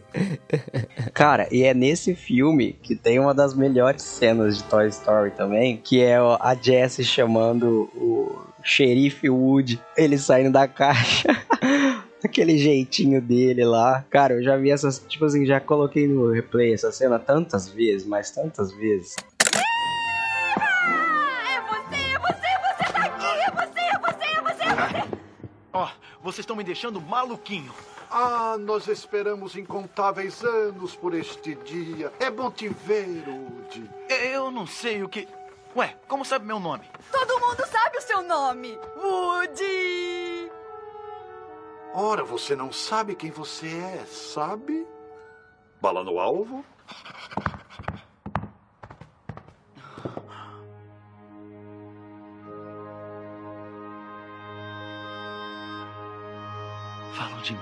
Cara, e é nesse filme que tem uma das melhores cenas de Toy Story também, que é a Jessie chamando o Xerife Woody, ele saindo da caixa, aquele jeitinho dele lá. Cara, eu já vi essas, tipo assim, já coloquei no replay essa cena tantas vezes, mas tantas vezes. É você, é você, você tá aqui, é você, é você, é você, é você. Ó, oh, vocês estão me deixando maluquinho. Ah, nós esperamos incontáveis anos por este dia. É bom te ver, Woody. Eu não sei o que... Ué, como sabe meu nome? Todo mundo sabe o seu nome. Woody! Ora, você não sabe quem você é, sabe? Bala no alvo? Falam de mim.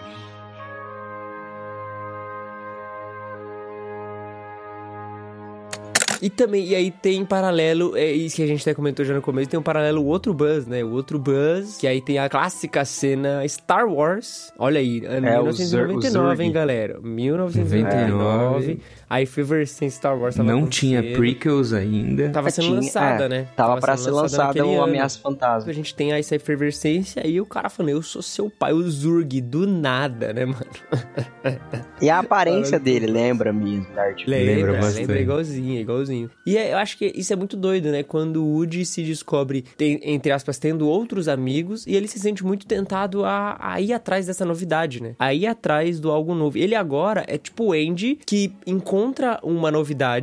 E também, e aí tem em paralelo, é isso que a gente até comentou já no começo, tem um paralelo, o outro Buzz, né? O outro Buzz, que aí tem a clássica cena Star Wars. Olha aí, ano é, mil novecentos e noventa e nove, hein, galera? mil novecentos e noventa e nove. A efervescência Star Wars tava Não tinha prequels ainda. Tava sendo tinha, lançada, é, né? Tava, tava pra ser lançada o Ameaça Fantasma. A gente tem essa efervescência e o cara falando, eu sou seu pai, o Zurg, do nada, né, mano? E a aparência dele lembra mesmo, Darth Vader. Lembra, lembra, lembra igualzinho, igualzinho. E é, eu acho que isso é muito doido, né? Quando o Woody se descobre, tem, entre aspas, tendo outros amigos, e ele se sente muito tentado a, a ir atrás dessa novidade, né? A ir atrás do algo novo. Ele agora é tipo o Andy, que encontra uma novidade,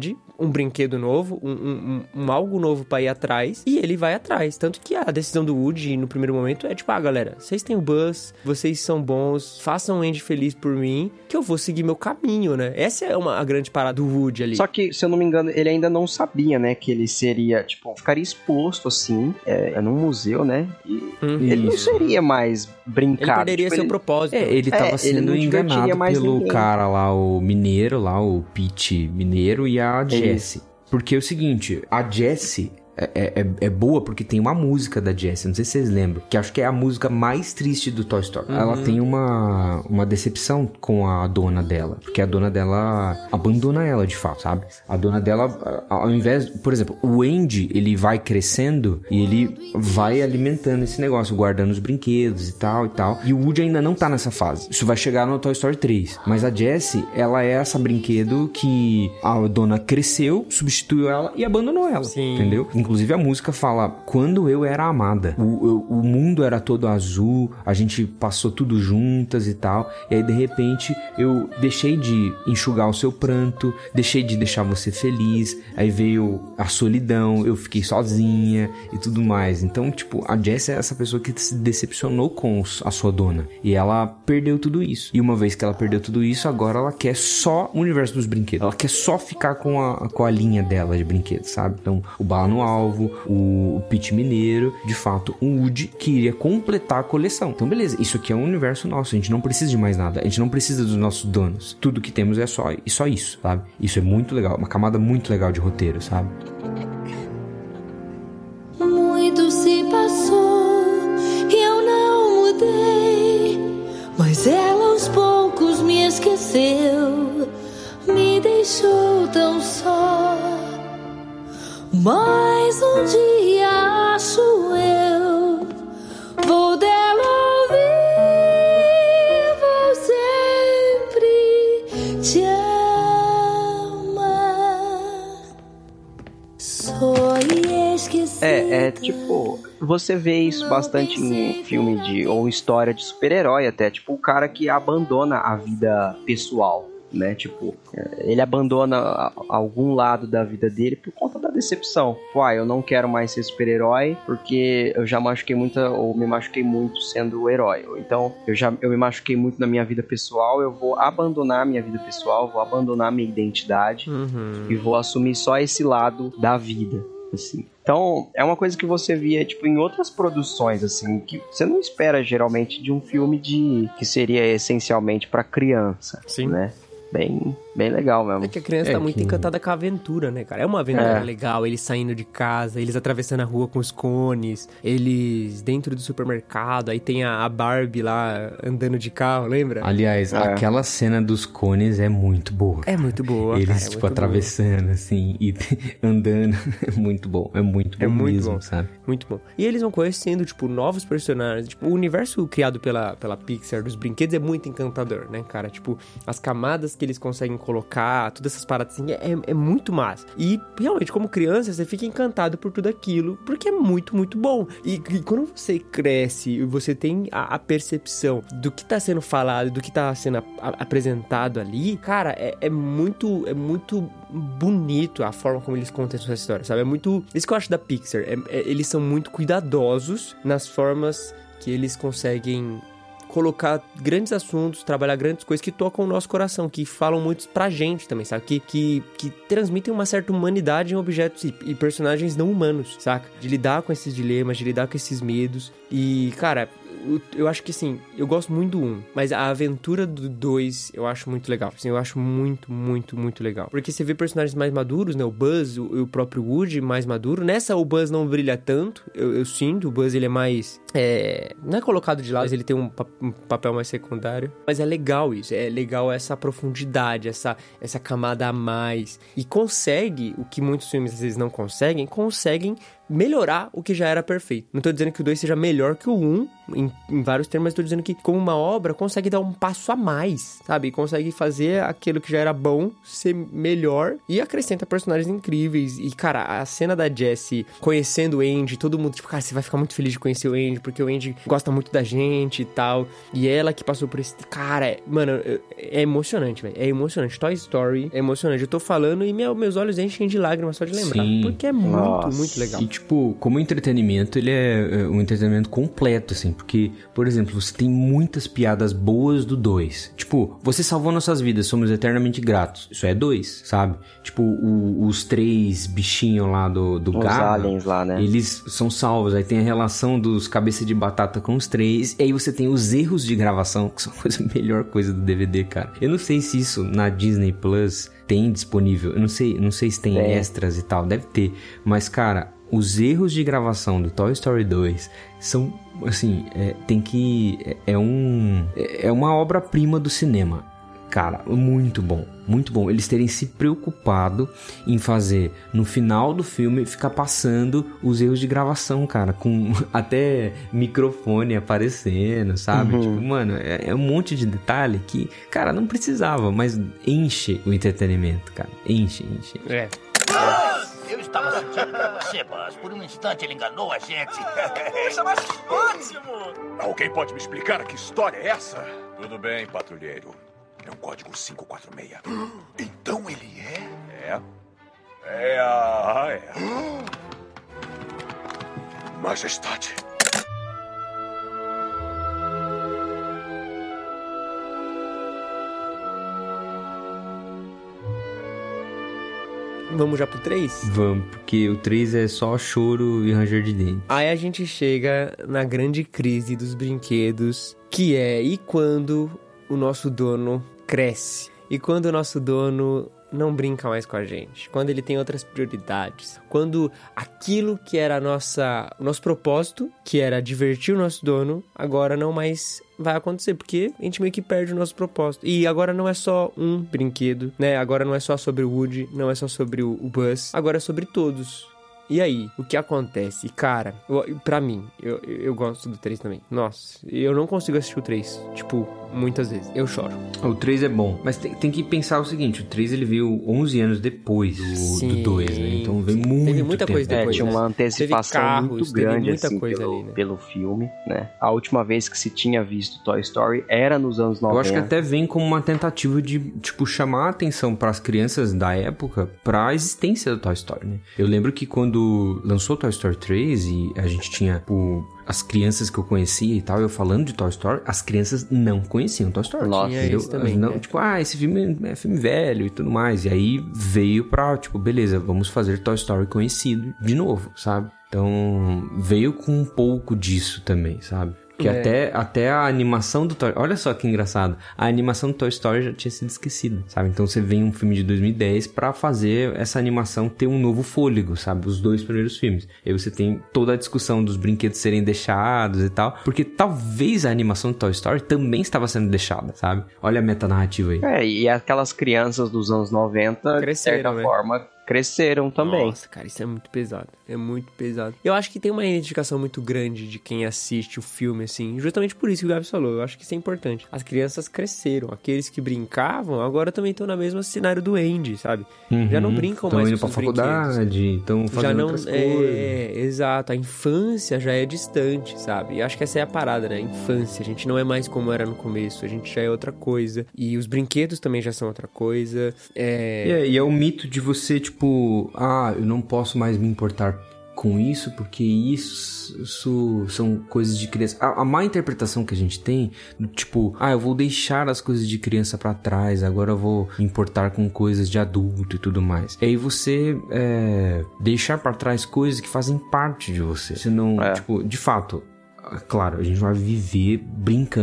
um brinquedo novo, um, um, um, um algo novo pra ir atrás, e ele vai atrás. Tanto que a decisão do Woody, no primeiro momento, é tipo, ah, galera, vocês têm o Buzz, vocês são bons, façam o Andy feliz por mim, que eu vou seguir meu caminho, né? Essa é uma, a grande parada do Woody ali. Só que, se eu não me engano, ele ainda não sabia, né, que ele seria, tipo, ficaria exposto, assim, é, num museu, né? E uhum. ele não seria mais brincado. Ele perderia tipo, seu ele... propósito. É, ele tava é, sendo ele enganado pelo ninguém. cara lá, o mineiro lá, o Pete mineiro e a Jessie. Porque é o seguinte, a Jessie... É, é, é boa porque tem uma música da Jessie, não sei se vocês lembram, que acho que é a música mais triste do Toy Story. Uhum. Ela tem uma, uma decepção com a dona dela, porque a dona dela abandona ela de fato, sabe? A dona dela, ao invés, por exemplo, o Andy, ele vai crescendo e ele vai alimentando esse negócio, guardando os brinquedos e tal e tal, e o Woody ainda não tá nessa fase. Isso vai chegar no Toy Story três, mas a Jessie, ela é essa brinquedo que a dona cresceu, substituiu ela e abandonou ela. Sim. Entendeu? Inclusive a música fala, quando eu era amada, o, o, o mundo era todo azul, a gente passou tudo juntas e tal, e aí de repente eu deixei de enxugar o seu pranto, deixei de deixar você feliz, aí veio a solidão, eu fiquei sozinha e tudo mais. Então, tipo, a Jessie é essa pessoa que se decepcionou com a sua dona, e ela perdeu tudo isso. E uma vez que ela perdeu tudo isso, agora ela quer só o universo dos brinquedos, ela quer só ficar com a, com a linha dela de brinquedos, sabe? Então, o Bala no Alvo, o, o Pete Mineiro, de fato, um Woody que iria completar a coleção. Então, beleza, isso aqui é um universo nosso, a gente não precisa de mais nada, a gente não precisa dos nossos donos. Tudo que temos é só, e só isso, sabe? Isso é muito legal, uma camada muito legal de roteiro, sabe? Muito se passou e eu não mudei, mas ela aos poucos me esqueceu, me deixou tão só. Mas um dia, acho eu, vou dela ouvir, vou sempre te amar. Só e esquecer. É, é tipo, você vê isso bastante em filme de, ou história de super-herói até, tipo, o cara que abandona a vida pessoal, né, tipo, ele abandona algum lado da vida dele por conta da decepção. Uai, eu não quero mais ser super-herói porque eu já machuquei muito, ou me machuquei muito sendo o herói. Então, eu já eu me machuquei muito na minha vida pessoal, eu vou abandonar a minha vida pessoal, vou abandonar a minha identidade uhum. e vou assumir só esse lado da vida, assim. Então, é uma coisa que você via, tipo, em outras produções, assim, que você não espera, geralmente, de um filme de que seria essencialmente pra criança, Sim. né? Bem, bem legal mesmo. É que a criança é tá muito que... encantada com a aventura, né, cara? É uma aventura é. legal, eles saindo de casa, eles atravessando a rua com os cones, eles dentro do supermercado, aí tem a Barbie lá andando de carro, lembra? Aliás, é. aquela cena dos cones é muito boa. É muito boa, Eles, cara, é tipo, atravessando, boa. assim, e andando. É muito bom, é muito bom é muito mesmo, bom, sabe? Muito bom. E eles vão conhecendo, tipo, novos personagens. Tipo, o universo criado pela, pela Pixar dos brinquedos é muito encantador, né, cara? Tipo, as camadas que eles conseguem colocar, todas essas paradas assim, é, é muito massa. E, realmente, como criança, você fica encantado por tudo aquilo, porque é muito, muito bom. E, e quando você cresce e você tem a, a percepção do que tá sendo falado, do que tá sendo a, a, apresentado ali, cara, é, é muito, é muito bonito a forma como eles contam essa história, sabe? É muito... Isso que eu acho da Pixar. É, é, eles são muito cuidadosos nas formas que eles conseguem colocar grandes assuntos, trabalhar grandes coisas que tocam o nosso coração, que falam muito pra gente também, sabe? Que, que, que transmitem uma certa humanidade em objetos e, e personagens não humanos, saca? De lidar com esses dilemas, de lidar com esses medos. E, cara... eu acho que, assim, eu gosto muito do um, mas a aventura do dois eu acho muito legal. Assim, eu acho muito, muito, muito legal. Porque você vê personagens mais maduros, né? O Buzz, o, o próprio Woody mais maduro. Nessa, o Buzz não brilha tanto. Eu, eu sinto, o Buzz, ele é mais... É, não é colocado de lado, mas ele tem um, pa- um papel mais secundário. Mas é legal isso. É legal essa profundidade, essa, essa camada a mais. E consegue, o que muitos filmes às vezes não conseguem, conseguem melhorar o que já era perfeito. Não tô dizendo que o dois seja melhor que o um, em, em vários termos, mas tô dizendo que, como uma obra, consegue dar um passo a mais, sabe? Consegue fazer aquilo que já era bom ser melhor e acrescenta personagens incríveis. E, cara, a cena da Jessie conhecendo o Andy, todo mundo, tipo, cara, você vai ficar muito feliz de conhecer o Andy, porque o Andy gosta muito da gente e tal. E ela que passou por esse... Cara, é, mano, é emocionante, velho. É emocionante. Toy Story é emocionante. Eu tô falando e meu, meus olhos enchem de lágrimas só de lembrar. Sim. Porque é muito, Nossa. muito legal. E, tipo, como entretenimento, ele é um entretenimento completo, assim. Porque, por exemplo, você tem muitas piadas boas do dois. Tipo, você salvou nossas vidas, somos eternamente gratos. Isso é dois, sabe? Tipo, o, os três bichinhos lá do, do os Garra, aliens lá, né? Eles são salvos. Aí tem a relação dos cabeça de batata com os três. E aí você tem os erros de gravação, que são a coisa, melhor coisa do D V D, cara. Eu não sei se isso na Disney Plus tem disponível. Eu não sei, não sei se tem é. extras e tal. Deve ter. Mas, cara, os erros de gravação do Toy Story dois são, assim, é, tem que... É, é um... É uma obra-prima do cinema. Cara, muito bom, muito bom. Eles terem se preocupado em fazer, no final do filme, ficar passando os erros de gravação, cara, com até microfone aparecendo, sabe? Uhum. Tipo, mano, é, é um monte de detalhe que, cara, não precisava, mas enche o entretenimento, cara. Enche, enche. É. Eu estava sentindo pra você, Buzz. Por um instante ele enganou a gente. Poxa, mas ótimo! Alguém pode me explicar que história é essa? Tudo bem, patrulheiro. É um código cinco quatro seis. Então ele é? É. É a... é. Majestade. Vamos já pro três? Vamos, porque o três é só choro e ranger de dente. Aí a gente chega na grande crise dos brinquedos, que é e quando o nosso dono cresce? E quando o nosso dono não brinca mais com a gente? Quando ele tem outras prioridades? Quando aquilo que era a nossa, o nosso propósito, que era divertir o nosso dono, agora não mais vai acontecer, porque a gente meio que perde o nosso propósito. E agora não é só um brinquedo, né? Agora não é só sobre o Woody, não é só sobre o, o Buzz, agora é sobre todos. E aí, o que acontece? Cara, eu, pra mim, eu, eu gosto do três também. Nossa, eu não consigo assistir o três, tipo, muitas vezes. Eu choro. O três é bom, mas tem, tem que pensar o seguinte, o três ele veio onze anos depois do dois, né? Então veio muito Teve muita tempo. coisa depois, é, tinha uma antecipação carros, muito grande muita assim, coisa pelo, ali, né? pelo filme, né? A última vez que se tinha visto Toy Story era nos anos noventa. Eu acho que até vem como uma tentativa de, tipo, chamar a atenção para as crianças da época para a existência do Toy Story, né? Eu lembro que quando lançou Toy Story três e a gente tinha, tipo, as crianças que eu conhecia e tal, eu falando de Toy Story, as crianças não conheciam Toy Story. Nossa, isso também, não, né? Tipo, ah, esse filme é filme velho e tudo mais. E aí veio pra, tipo, beleza, vamos fazer Toy Story conhecido de novo, sabe? Então, veio com um pouco disso também, sabe? Que é. até, até a animação do Toy... Olha só que engraçado. A animação do Toy Story já tinha sido esquecida, sabe? Então você vem um filme de dois mil e dez pra fazer essa animação ter um novo fôlego, sabe? Os dois primeiros filmes. E aí você tem toda a discussão dos brinquedos serem deixados e tal. Porque talvez a animação do Toy Story também estava sendo deixada, sabe? Olha a metanarrativa aí. É, e aquelas crianças dos anos noventa, cresceram, de certa né? forma... cresceram também. Nossa, cara, isso é muito pesado. É muito pesado. Eu acho que tem uma identificação muito grande de quem assiste o filme, assim. Justamente por isso que o Gabs falou. Eu acho que isso é importante. As crianças cresceram. Aqueles que brincavam, agora também estão na mesma cenário do Andy, sabe? Uhum. Já não brincam tão mais indo com pra os faculdade, estão fazendo já não, outras é, coisas. É, exato. A infância já é distante, sabe? E acho que essa é a parada, né? A infância. A gente não é mais como era no começo. A gente já é outra coisa. E os brinquedos também já são outra coisa. É... E, é, e é o mito de você, tipo... Ah, eu não posso mais me importar com isso, porque isso, isso são coisas de criança. A, a má interpretação que a gente tem, tipo, ah, eu vou deixar as coisas de criança pra trás, agora eu vou me importar com coisas de adulto e tudo mais. E aí você é, deixar pra trás coisas que fazem parte de você. Você não, é. tipo, de fato, claro, a gente vai viver brincando.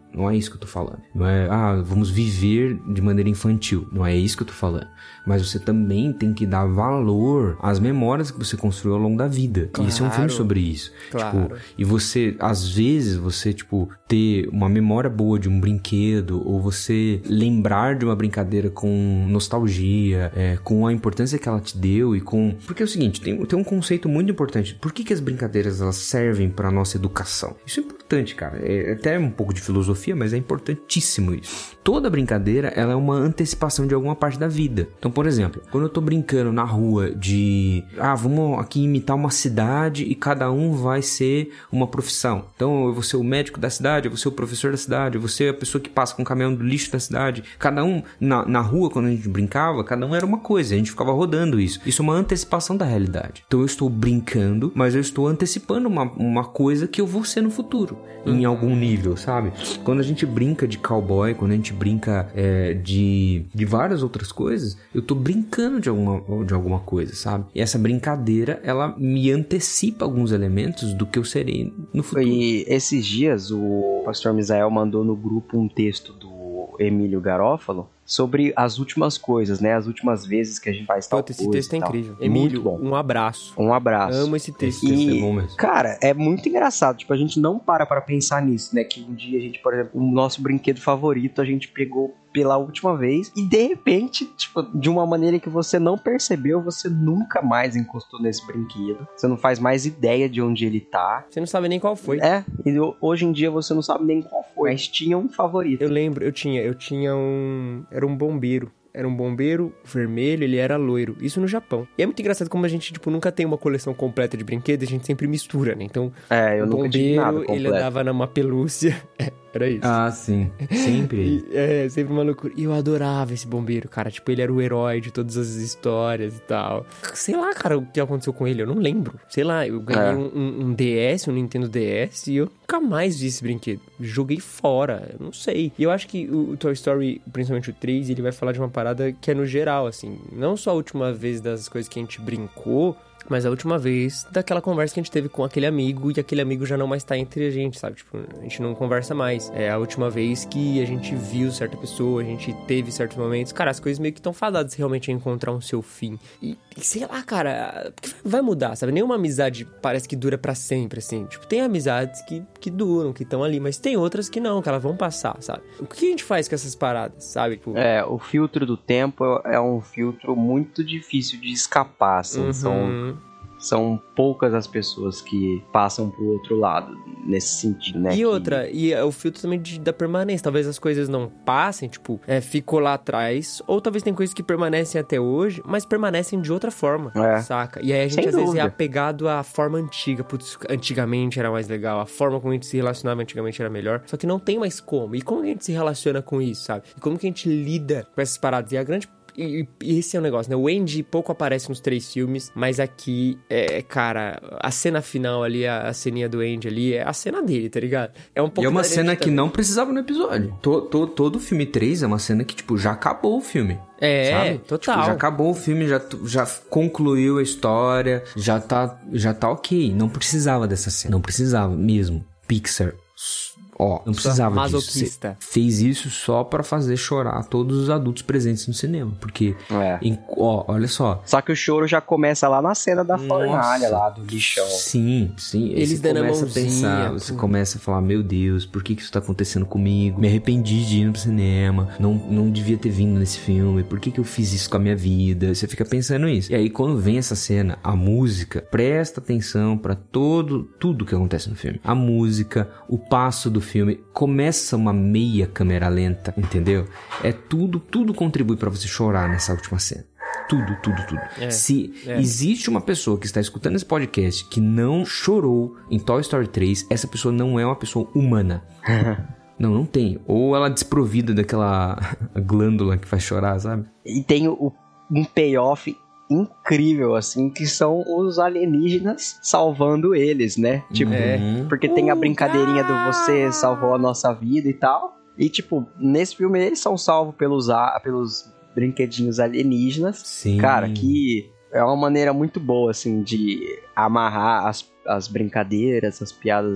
Não é isso que eu tô falando. Não é, ah, vamos viver de maneira infantil. Não é isso que eu tô falando. Mas você também tem que dar valor às memórias que você construiu ao longo da vida. Claro. E isso é um filme sobre isso. Claro. Tipo, e você, às vezes, você, tipo, ter uma memória boa de um brinquedo, ou você lembrar de uma brincadeira com nostalgia, é, com a importância que ela te deu e com... Porque é o seguinte, tem, tem um conceito muito importante. Por que que as brincadeiras, elas servem pra nossa educação? Isso é importante, cara. É até um pouco de filosofia, mas é importantíssimo isso. Toda brincadeira, ela é uma antecipação de alguma parte da vida. Então, por exemplo, quando eu tô brincando na rua de... Ah, vamos aqui imitar uma cidade e cada um vai ser uma profissão. Então, eu vou ser o médico da cidade, eu vou ser o professor da cidade, eu vou ser a pessoa que passa com o caminhão do lixo da cidade. Cada um, na, na rua, quando a gente brincava, cada um era uma coisa. A gente ficava rodando isso. Isso é uma antecipação da realidade. Então, eu estou brincando, mas eu estou antecipando uma, uma coisa que eu vou ser no futuro. Em algum nível, sabe? Quando a gente brinca de cowboy, quando a gente brinca é, de, de várias outras coisas, eu tô brincando de alguma, de alguma coisa, sabe? E essa brincadeira, ela me antecipa alguns elementos do que eu serei no futuro. E esses dias, o pastor Misael mandou no grupo um texto do Emílio Garófalo sobre as últimas coisas, né? As últimas vezes que a gente faz tal Puta, coisa. Esse texto é incrível. Muito Emílio, bom. um abraço. Um abraço. Amo esse texto. E, esse texto é bom mesmo. Cara, é muito engraçado. Tipo, a gente não para pra pensar nisso, né? Que um dia a gente, por exemplo, o nosso brinquedo favorito, a gente pegou pela última vez e de repente, tipo, de uma maneira que você não percebeu, você nunca mais encostou nesse brinquedo. Você não faz mais ideia de onde ele tá. Você não sabe nem qual foi. É, e hoje em dia você não sabe nem qual foi, mas tinha um favorito. Eu lembro, eu tinha, eu tinha um... Era um bombeiro. Era um bombeiro vermelho, ele era loiro. Isso no Japão. E é muito engraçado como a gente, tipo, nunca tem uma coleção completa de brinquedos, a gente sempre mistura, né? Então, é, eu o nunca tive nada bombeiro, completo. ele andava numa pelúcia. É, era isso. Ah, sim. Sempre. E, é, sempre uma loucura. E eu adorava esse bombeiro, cara. Tipo, ele era o herói de todas as histórias e tal. Sei lá, cara, o que aconteceu com ele, eu não lembro. Sei lá, eu ganhei É. um, um, um D S, um Nintendo D S, e eu nunca mais vi esse brinquedo. Joguei fora, eu não sei. E eu acho que o, o Toy Story, principalmente o três, ele vai falar de uma parada que é no geral, assim. Não só a última vez das coisas que a gente brincou, mas a última vez daquela conversa que a gente teve com aquele amigo e aquele amigo já não mais tá entre a gente, sabe? Tipo, a gente não conversa mais. É a última vez que a gente viu certa pessoa, a gente teve certos momentos. Cara, as coisas meio que estão fadadas realmente a encontrar um seu fim. E, e sei lá, cara, porque vai mudar, sabe? Nenhuma amizade parece que dura pra sempre, assim. Tipo, tem amizades que, que duram, que estão ali, mas tem outras que não, que elas vão passar, sabe? O que a gente faz com essas paradas, sabe? Tipo... É, o filtro do tempo é um filtro muito difícil de escapar, assim. Uhum. São... São poucas as pessoas que passam pro outro lado, nesse sentido, né? E que... outra, e é o filtro também de, da permanência. Talvez as coisas não passem, tipo, é, ficou lá atrás. Ou talvez tem coisas que permanecem até hoje, mas permanecem de outra forma, é. saca? E aí a gente Sem às vezes dúvida. é apegado à forma antiga. Putz, antigamente era mais legal. A forma como a gente se relacionava antigamente era melhor. Só que não tem mais como. E como que a gente se relaciona com isso, sabe? E como que a gente lida com essas paradas? E a grande... E, e esse é o negócio, né? O Andy pouco aparece nos três filmes, mas aqui, é, cara, a cena final ali, a, a ceninha do Andy ali, é a cena dele, tá ligado? É um pouco E é uma da cena que também. não precisava no episódio. To, to, todo o filme três é uma cena que, tipo, já acabou o filme. É, sabe? total. Tipo, já acabou o filme, já, já concluiu a história, já tá, já tá ok. Não precisava dessa cena. Não precisava mesmo. Pixar... Ó, não precisava masoquista. disso. Você fez isso só pra fazer chorar todos os adultos presentes no cinema. Porque, É. em- ó, olha só. Só que o choro já começa lá na cena da Nossa. fornalha, lá do lixão. Sim, sim. Aí Eles você dando a começa a mãozinha, pensar, você pô. começa a falar, meu Deus, por que que isso tá acontecendo comigo? Me arrependi de ir no cinema, não, não devia ter vindo nesse filme, por que que eu fiz isso com a minha vida? Você fica pensando isso. E aí, quando vem essa cena, a música, presta atenção pra todo, tudo que acontece no filme. A música, o passo do filme, começa uma meia câmera lenta, entendeu? É tudo, tudo contribui pra você chorar nessa última cena. Tudo, tudo, tudo. É, Se é. existe uma pessoa que está escutando esse podcast que não chorou em Toy Story três, essa pessoa não é uma pessoa humana. Não, não tem. Ou ela é desprovida daquela glândula que faz chorar, sabe? E tem o, um payoff incrível, assim, que são os alienígenas salvando eles, né? Tipo, Uhum. porque tem a brincadeirinha do você salvou a nossa vida e tal. E, tipo, nesse filme eles são salvos pelos, a- pelos brinquedinhos alienígenas. Sim. Cara, que é uma maneira muito boa, assim, de amarrar as, as brincadeiras, as piadas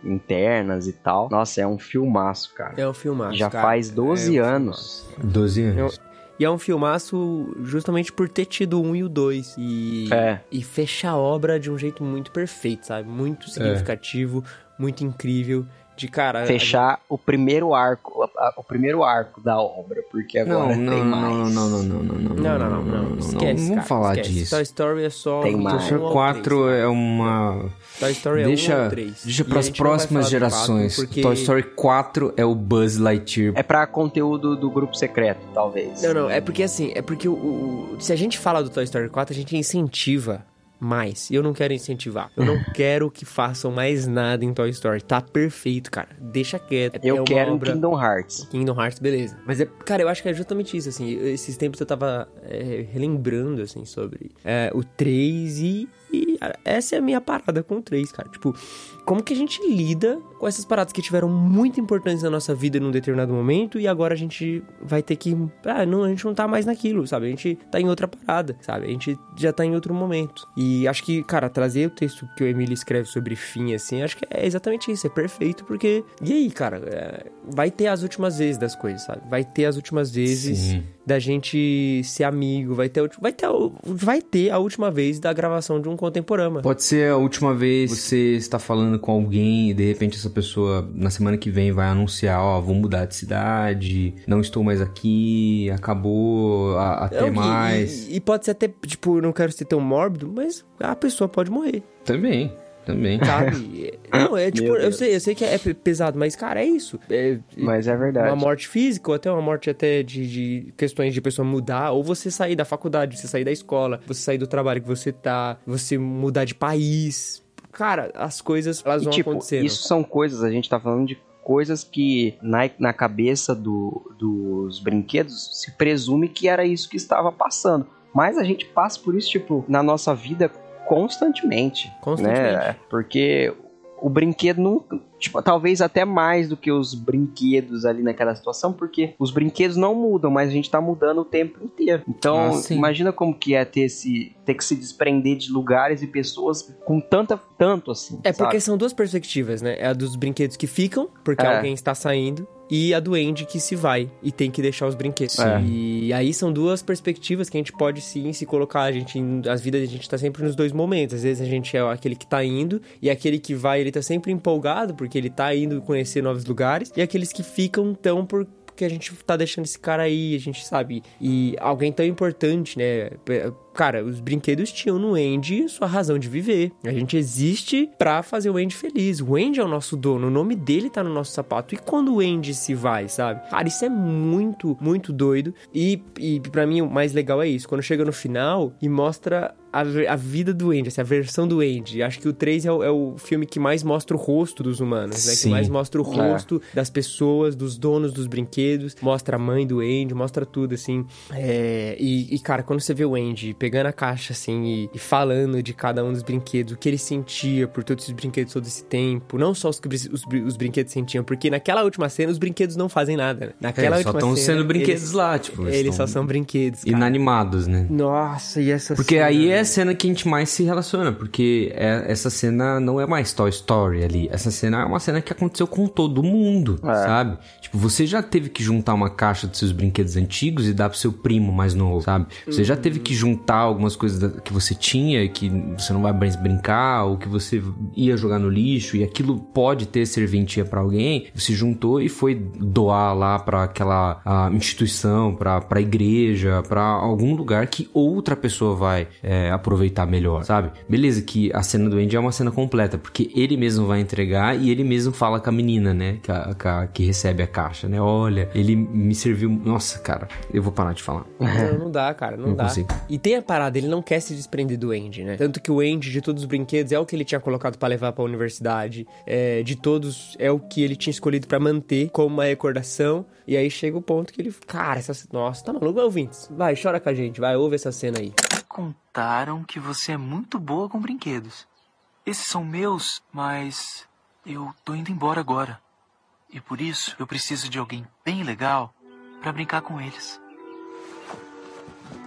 internas e tal. Nossa, é um filmaço, cara. É um filmaço, Já cara. faz doze é um anos. doze anos. Eu... E é um filmaço justamente por ter tido o um e o dois. E, é. e fecha a obra de um jeito muito perfeito, sabe? Muito significativo, é. muito incrível. De cara... Fechar gente... o primeiro arco, a, a, o primeiro arco da obra, porque agora não, tem não, mais. Não, não, não, não, não, não, não, não, não, não, não. Esquece, não, vamos cara, falar esquece. disso. Toy Story é só... Tem mais. Toy Story quatro é uma... Toy Story é deixa, um ou três. Deixa pras próximas gerações. Porque... Toy Story quatro é o Buzz Lightyear. É pra conteúdo do grupo secreto, talvez. Não, não, é porque assim, é porque o, o, se a gente fala do Toy Story quatro, a gente incentiva mais. E eu não quero incentivar. Eu não quero que façam mais nada em Toy Story. Tá perfeito, cara. Deixa quieto. Eu é quero obra... Kingdom Hearts. Kingdom Hearts, beleza. Mas, é, cara, eu acho que é justamente isso, assim. Esses tempos eu tava é, relembrando, assim, sobre é, o três e... E essa é a minha parada com o três, cara. Tipo, como que a gente lida com essas paradas que tiveram muito importantes na nossa vida num determinado momento e agora a gente vai ter que... Ah, não, a gente não tá mais naquilo, sabe? A gente tá em outra parada, sabe? A gente já tá em outro momento. E acho que, cara, trazer o texto que o Emílio escreve sobre fim, assim, acho que é exatamente isso. É perfeito, porque... E aí, cara? É... Vai ter as últimas vezes das coisas, sabe? Vai ter as últimas vezes... Sim. Da gente ser amigo, vai ter, vai, ter, vai ter a última vez da gravação de um Contemporama. Pode ser a última vez que você está falando com alguém e de repente essa pessoa na semana que vem vai anunciar, ó, vou mudar de cidade, não estou mais aqui, acabou a, até não, mais. E, e pode ser até, tipo, eu não quero ser tão mórbido, mas a pessoa pode morrer. Também. Também. Sabe? Não, é tipo, eu sei, eu sei que é pesado, mas, cara, é isso. É, mas é verdade. Uma morte física, ou até uma morte até de, de questões de pessoa mudar, ou você sair da faculdade, você sair da escola, você sair do trabalho que você tá, você mudar de país. Cara, as coisas, elas e, vão tipo, acontecendo. Isso são coisas, a gente tá falando de coisas que na, na cabeça do, dos brinquedos se presume que era isso que estava passando. Mas a gente passa por isso, tipo, na nossa vida constantemente, constantemente. Né? Porque o brinquedo não, tipo, talvez até mais do que os brinquedos ali naquela situação, porque os brinquedos não mudam, mas a gente tá mudando o tempo inteiro. Então, ah, imagina como que é ter esse ter que se desprender de lugares e pessoas com tanta, tanto assim. É porque sabe? São duas perspectivas, né? É a dos brinquedos que ficam, porque é. alguém está saindo, e a do Andy que se vai e tem que deixar os brinquedos. É. E aí são duas perspectivas que a gente pode sim se colocar. A gente, as vidas a gente tá sempre nos dois momentos. Às vezes a gente é aquele que tá indo, e aquele que vai, ele tá sempre empolgado, porque ele tá indo conhecer novos lugares, e aqueles que ficam tão por... porque a gente tá deixando esse cara aí, a gente sabe. E alguém tão importante, né? Cara, os brinquedos tinham no Andy sua razão de viver. A gente existe pra fazer o Andy feliz. O Andy é o nosso dono, o nome dele tá no nosso sapato. E quando o Andy se vai, sabe? Cara, isso é muito, muito doido. E, e pra mim o mais legal é isso. Quando chega no final e mostra a, a vida do Andy, assim, a versão do Andy. Acho que o três é o, é o filme que mais mostra o rosto dos humanos, né? Sim. Que mais mostra o rosto é. das pessoas, dos donos dos brinquedos. Mostra a mãe do Andy, mostra tudo, assim. É, e, e, cara, quando você vê o Andy pegando a caixa, assim, e, e falando de cada um dos brinquedos, o que ele sentia por todos esses brinquedos todo esse tempo, não só os que os, os brinquedos sentiam, porque naquela última cena os brinquedos não fazem nada, né? Naquela é, última só estão cena, sendo brinquedos eles, lá, tipo. Eles, eles só são brinquedos, cara. Inanimados, né? Nossa, e essa Porque cena... aí é a cena que a gente mais se relaciona, porque é, essa cena não é mais Toy Story ali, essa cena é uma cena que aconteceu com todo mundo, é. sabe? Tipo, você já teve que juntar uma caixa dos seus brinquedos antigos e dar pro seu primo mais novo, sabe? Você uhum. já teve que juntar algumas coisas que você tinha, que você não vai mais brincar, ou que você ia jogar no lixo, e aquilo pode ter serventia pra alguém, você juntou e foi doar lá pra aquela a instituição, pra, pra igreja, pra algum lugar que outra pessoa vai é, aproveitar melhor, sabe? Beleza que a cena do Andy é uma cena completa, porque ele mesmo vai entregar e ele mesmo fala com a menina, né? Que, a, que, a, que recebe a caixa, né? Olha, ele me serviu... Nossa, cara, eu vou parar de falar. Não, não dá, cara, não, não dá. Consigo. E tem a parada, ele não quer se desprender do Andy, né? Tanto que o Andy, de todos os brinquedos, é o que ele tinha colocado pra levar pra universidade. É, de todos, é o que ele tinha escolhido pra manter como uma recordação. E aí chega o ponto que ele... Cara, essa... Nossa, tá maluco, ouvintes? Vai, chora com a gente, vai, ouve essa cena aí. Contaram que você é muito boa com brinquedos. Esses são meus, mas eu tô indo embora agora. E por isso eu preciso de alguém bem legal pra brincar com eles.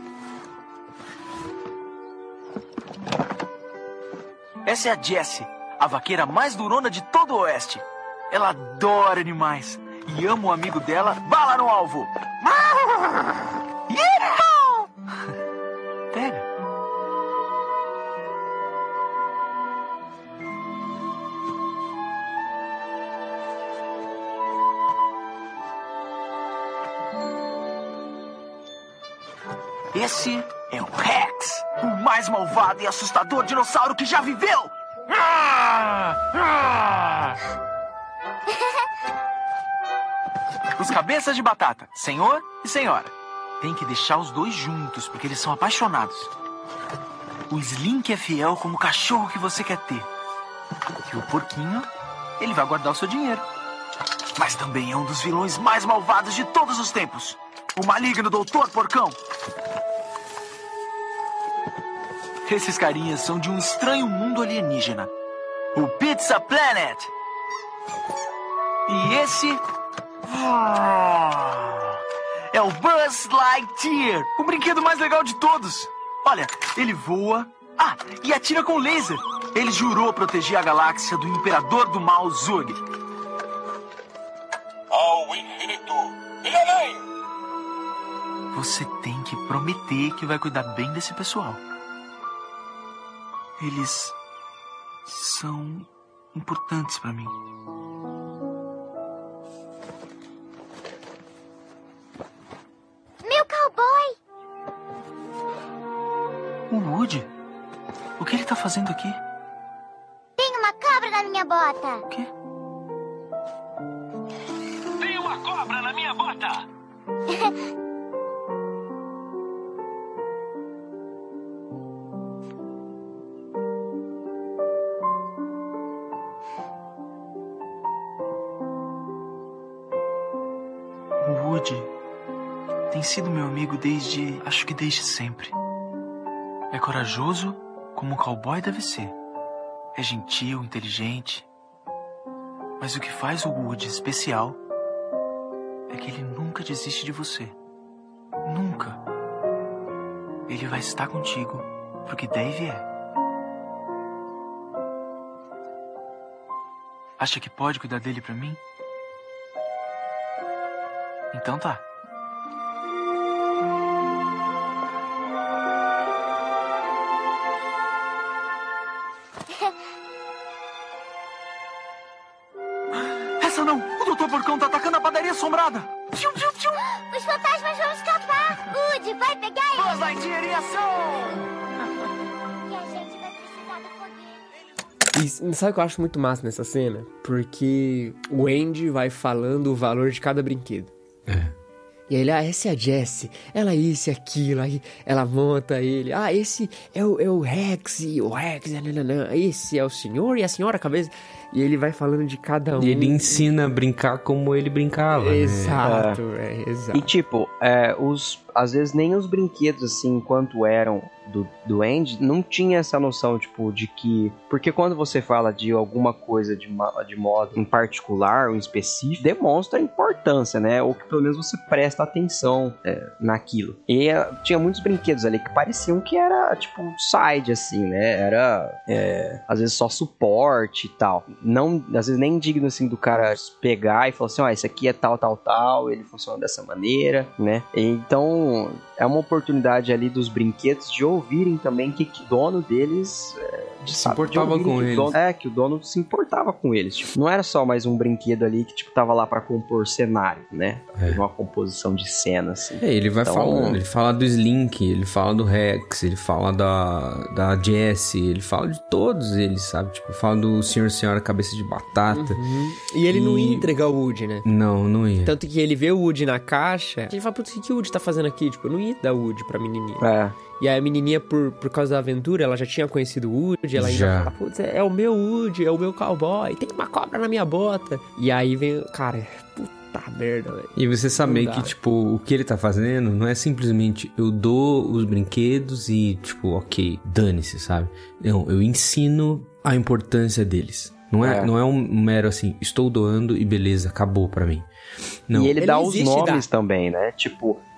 Essa é a Jessie, a vaqueira mais durona de todo o oeste. Ela adora animais e ama o amigo dela, bala no alvo. Pega. Esse é o Rex, o mais malvado e assustador dinossauro que já viveu. Os cabeças de batata, senhor e senhora. Tem que deixar os dois juntos, porque eles são apaixonados. O Slink é fiel como o cachorro que você quer ter. E o porquinho, ele vai guardar o seu dinheiro. Mas também é um dos vilões mais malvados de todos os tempos. O maligno doutor Porcão. Esses carinhas são de um estranho mundo alienígena. O Pizza Planet. E esse... é o Buzz Lightyear, o brinquedo mais legal de todos. Olha, ele voa... Ah, e atira com laser. Ele jurou proteger a galáxia do Imperador do Mal, Zug. Ao infinito e além! Você tem que prometer que vai cuidar bem desse pessoal. Eles são importantes pra mim. Meu cowboy! O Woody? O que ele tá fazendo aqui? Tem uma cobra na minha bota! O quê? Tem uma cobra na minha bota! O Woody tem sido meu amigo desde... acho que desde sempre. É corajoso como um cowboy deve ser. É gentil, inteligente. Mas o que faz o Woody especial é que ele nunca desiste de você. Nunca. Ele vai estar contigo pro que der e vier. Acha que pode cuidar dele pra mim? Então tá. Essa não! O doutor Porcão tá atacando a padaria assombrada! Tchum, tchum, tchum. Os fantasmas vão escapar! Woody, vai pegar eles! Buzz Lightyear em ação! E a gente vai precisar do poder. E sabe o que eu acho muito massa nessa cena? Porque o Andy vai falando o valor de cada brinquedo. É. E aí ele, ah, essa é a Jessie, ela é isso e aquilo, aí ela monta ele, ah, esse é o, é o Rex, e o Rex, nananã, esse é o senhor e a senhora, a cabeça, e ele vai falando de cada um. E ele ensina a brincar como ele brincava, exato, né? é, exato. E tipo, é, os, às vezes nem os brinquedos, assim, enquanto eram do, do Andy, não tinha essa noção, tipo, de que... Porque quando você fala de alguma coisa de, de modo em particular ou em específico, demonstra a importância, né? Ou que pelo menos você presta atenção é, naquilo. E é, tinha muitos brinquedos ali que pareciam que era, tipo, side, assim, né? Era, é, às vezes, só suporte e tal. Não, às vezes nem digno, assim, do cara pegar e falar assim, ó, oh, esse aqui é tal, tal, tal, ele funciona dessa maneira, né? Então, é uma oportunidade ali dos brinquedos de ouvirem também que, que o dono deles... É, de se importava com eles. Dono, é, que o dono se importava com eles. Tipo, não era só mais um brinquedo ali que, tipo, tava lá pra compor cenário, né? É. Uma composição de cena, assim. É, ele vai então, falando, ele fala do Slink, ele fala do Rex, ele fala da, da Jessie, ele fala de todos eles, sabe? Tipo, fala do senhor e senhora cabeça de batata. Uhum. E ele e... não ia entregar o Woody, né? Não, não ia. Tanto que ele vê o Woody na caixa, ele fala, putz, o que o Woody tá fazendo aqui? Tipo, eu não ia dar o Woody pra menininha. É. E aí a menininha, por, por causa da aventura, ela já tinha conhecido o Woody, ela ainda já. fala, putz, é, é o meu Woody, é o meu cowboy, tem uma cobra na minha bota. E aí vem, cara, puta merda, velho. E você saber que, tipo, o que ele tá fazendo não é simplesmente eu dou os brinquedos e, tipo, ok, dane-se, sabe? Não, eu ensino a importância deles. Não é, é. Não é um mero assim, estou doando e beleza, acabou pra mim. Não. E ele, ele dá os nomes dá. também, né? Tipo...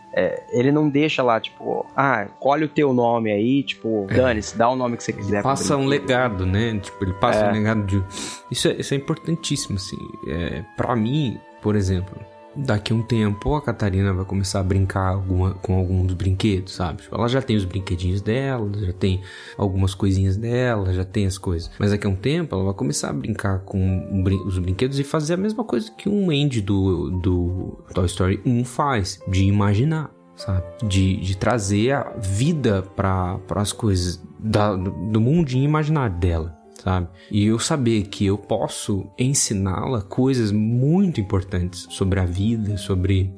É, ele não deixa lá, tipo, ah, colhe o teu nome aí, tipo, dane-se, dá o nome que você quiser. Ele passa um legado, né? Tipo, ele passa É. um legado de... Isso é, isso é importantíssimo, assim. É, pra mim, por exemplo, daqui a um tempo a Catarina vai começar a brincar alguma, com algum dos brinquedos, sabe? Tipo, ela já tem os brinquedinhos dela, já tem algumas coisinhas dela, já tem as coisas. Mas daqui a um tempo ela vai começar a brincar com os brinquedos e fazer a mesma coisa que um Andy do, do Toy Story um faz, de imaginar, sabe? De, de trazer a vida para as coisas da, do mundinho imaginário dela, sabe? E eu saber que eu posso ensiná-la coisas muito importantes sobre a vida, sobre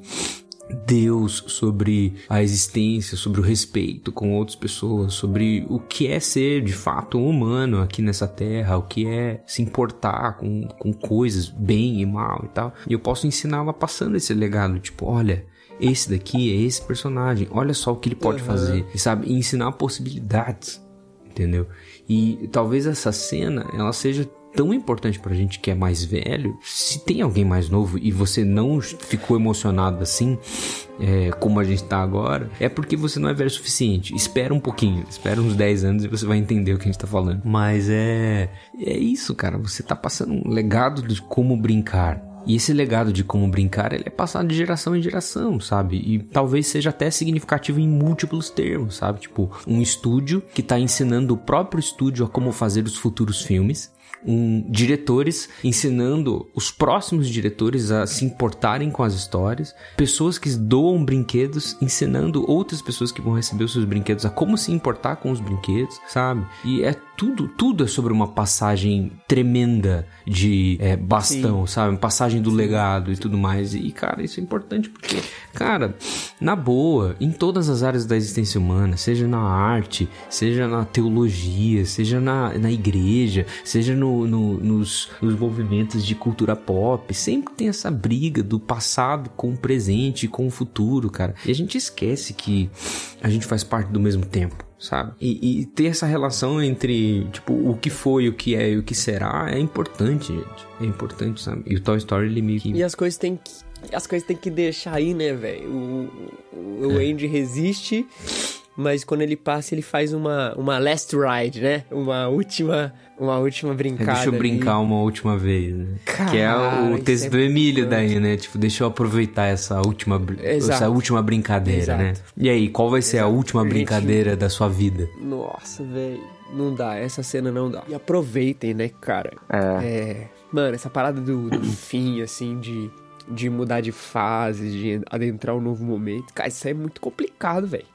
Deus, sobre a existência, sobre o respeito com outras pessoas, sobre o que é ser de fato um humano aqui nessa terra, o que é se importar com, com coisas bem e mal e tal. E eu posso ensiná-la passando esse legado, tipo, olha, esse daqui é esse personagem, olha só o que ele pode uhum. fazer, e, sabe? E ensinar possibilidades, entendeu? E talvez essa cena, ela seja tão importante pra gente que é mais velho. Se tem alguém mais novo e você não ficou emocionado assim, é, como a gente tá agora, é porque você não é velho o suficiente. Espera um pouquinho, espera uns dez anos e você vai entender o que a gente tá falando. Mas é, é isso, cara. Você tá passando um legado de como brincar. E esse legado de como brincar, ele é passado de geração em geração, sabe? E talvez seja até significativo em múltiplos termos, sabe? Tipo, um estúdio que tá ensinando o próprio estúdio a como fazer os futuros filmes. Um, diretores ensinando os próximos diretores a se importarem com as histórias, pessoas que doam brinquedos ensinando outras pessoas que vão receber os seus brinquedos a como se importar com os brinquedos, sabe? E é tudo, tudo é sobre uma passagem tremenda de é, bastão, Sim. sabe? Uma passagem do Sim. legado e tudo mais. E, cara, isso é importante porque, cara, na boa, em todas as áreas da existência humana, seja na arte, seja na teologia, seja na, na igreja, seja no No, nos, nos movimentos de cultura pop, sempre tem essa briga do passado com o presente e com o futuro, cara. E a gente esquece que a gente faz parte do mesmo tempo, sabe? E, e ter essa relação entre, tipo, o que foi, o que é e o que será é importante, gente. É importante, sabe? E o Toy Story, ele meio que... E as coisas tem que... As coisas tem que deixar aí, né, velho? O, o, o é. Andy resiste... Mas quando ele passa, ele faz uma, uma last ride, né? Uma última, uma última brincada. É, deixa eu brincar ali. Uma última vez, né? Cara, que é o texto é do Emílio daí, né? Tipo, deixa eu aproveitar essa última, essa última brincadeira, Exato. Né? E aí, qual vai ser Exato. A última brincadeira Gente, da sua vida? Nossa, velho. Não dá. Essa cena não dá. E aproveitem, né, cara? É. é mano, essa parada do, do fim, assim, de, de mudar de fase, de adentrar um novo momento. Cara, isso aí é muito complicado, velho.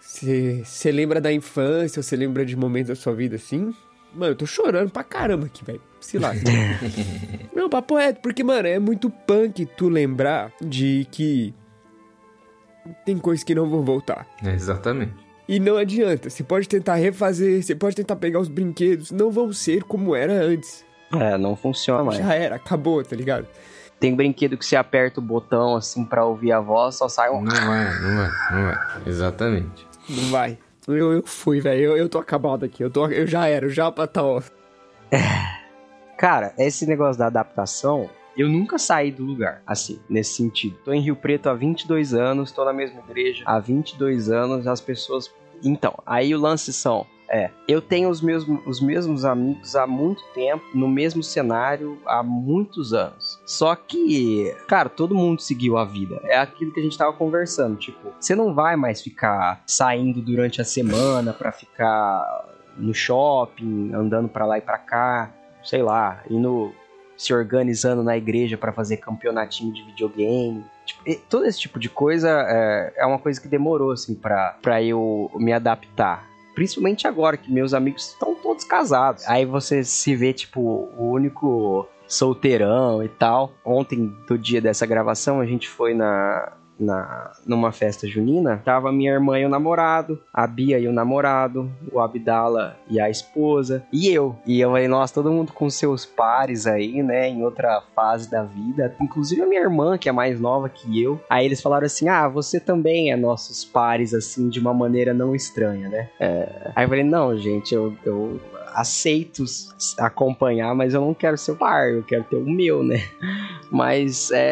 Você lembra da infância, você lembra de momentos da sua vida assim? Mano, eu tô chorando pra caramba aqui, velho. Se lá. Não, papo reto, porque, mano, é muito punk tu lembrar de que tem coisas que não vão voltar. É, exatamente. E não adianta, você pode tentar refazer, você pode tentar pegar os brinquedos, não vão ser como era antes. É, não funciona mais. Já era, acabou, tá ligado? Tem brinquedo que você aperta o botão, assim, pra ouvir a voz, só sai um... Não vai, não vai, não vai. Exatamente. Não vai. Eu, eu fui, velho. Eu, eu tô acabado aqui. Eu, tô, eu já era, eu já pra tá off. Cara, esse negócio da adaptação, eu nunca saí do lugar, assim, nesse sentido. Tô em Rio Preto há vinte e dois anos, tô na mesma igreja há vinte e dois anos, as pessoas... Então, aí o lance são... É, eu tenho os mesmos, os mesmos amigos há muito tempo, no mesmo cenário há muitos anos. Só que, cara, todo mundo seguiu a vida. É aquilo que a gente tava conversando, tipo, você não vai mais ficar saindo durante a semana pra ficar no shopping, andando pra lá e pra cá, sei lá, indo se organizando na igreja pra fazer campeonatinho de videogame. Tipo, todo esse tipo de coisa é, é uma coisa que demorou, assim, pra, pra eu me adaptar. Principalmente agora, que meus amigos estão todos casados. Aí você se vê, tipo, o único solteirão e tal. Ontem, do dia dessa gravação, a gente foi na, na, numa festa junina. Tava minha irmã e o namorado, a Bia e o namorado, o Abdala e a esposa, e eu. E eu aí, nós, todo mundo com seus pares aí, né, em outra fase da vida. Inclusive a minha irmã, que é mais nova que eu. Aí eles falaram assim, ah, você também é nossos pares, assim, de uma maneira não estranha, né? É... Aí eu falei, não, gente, eu... eu... aceito acompanhar, mas eu não quero ser o par, eu quero ter o meu, né? Mas é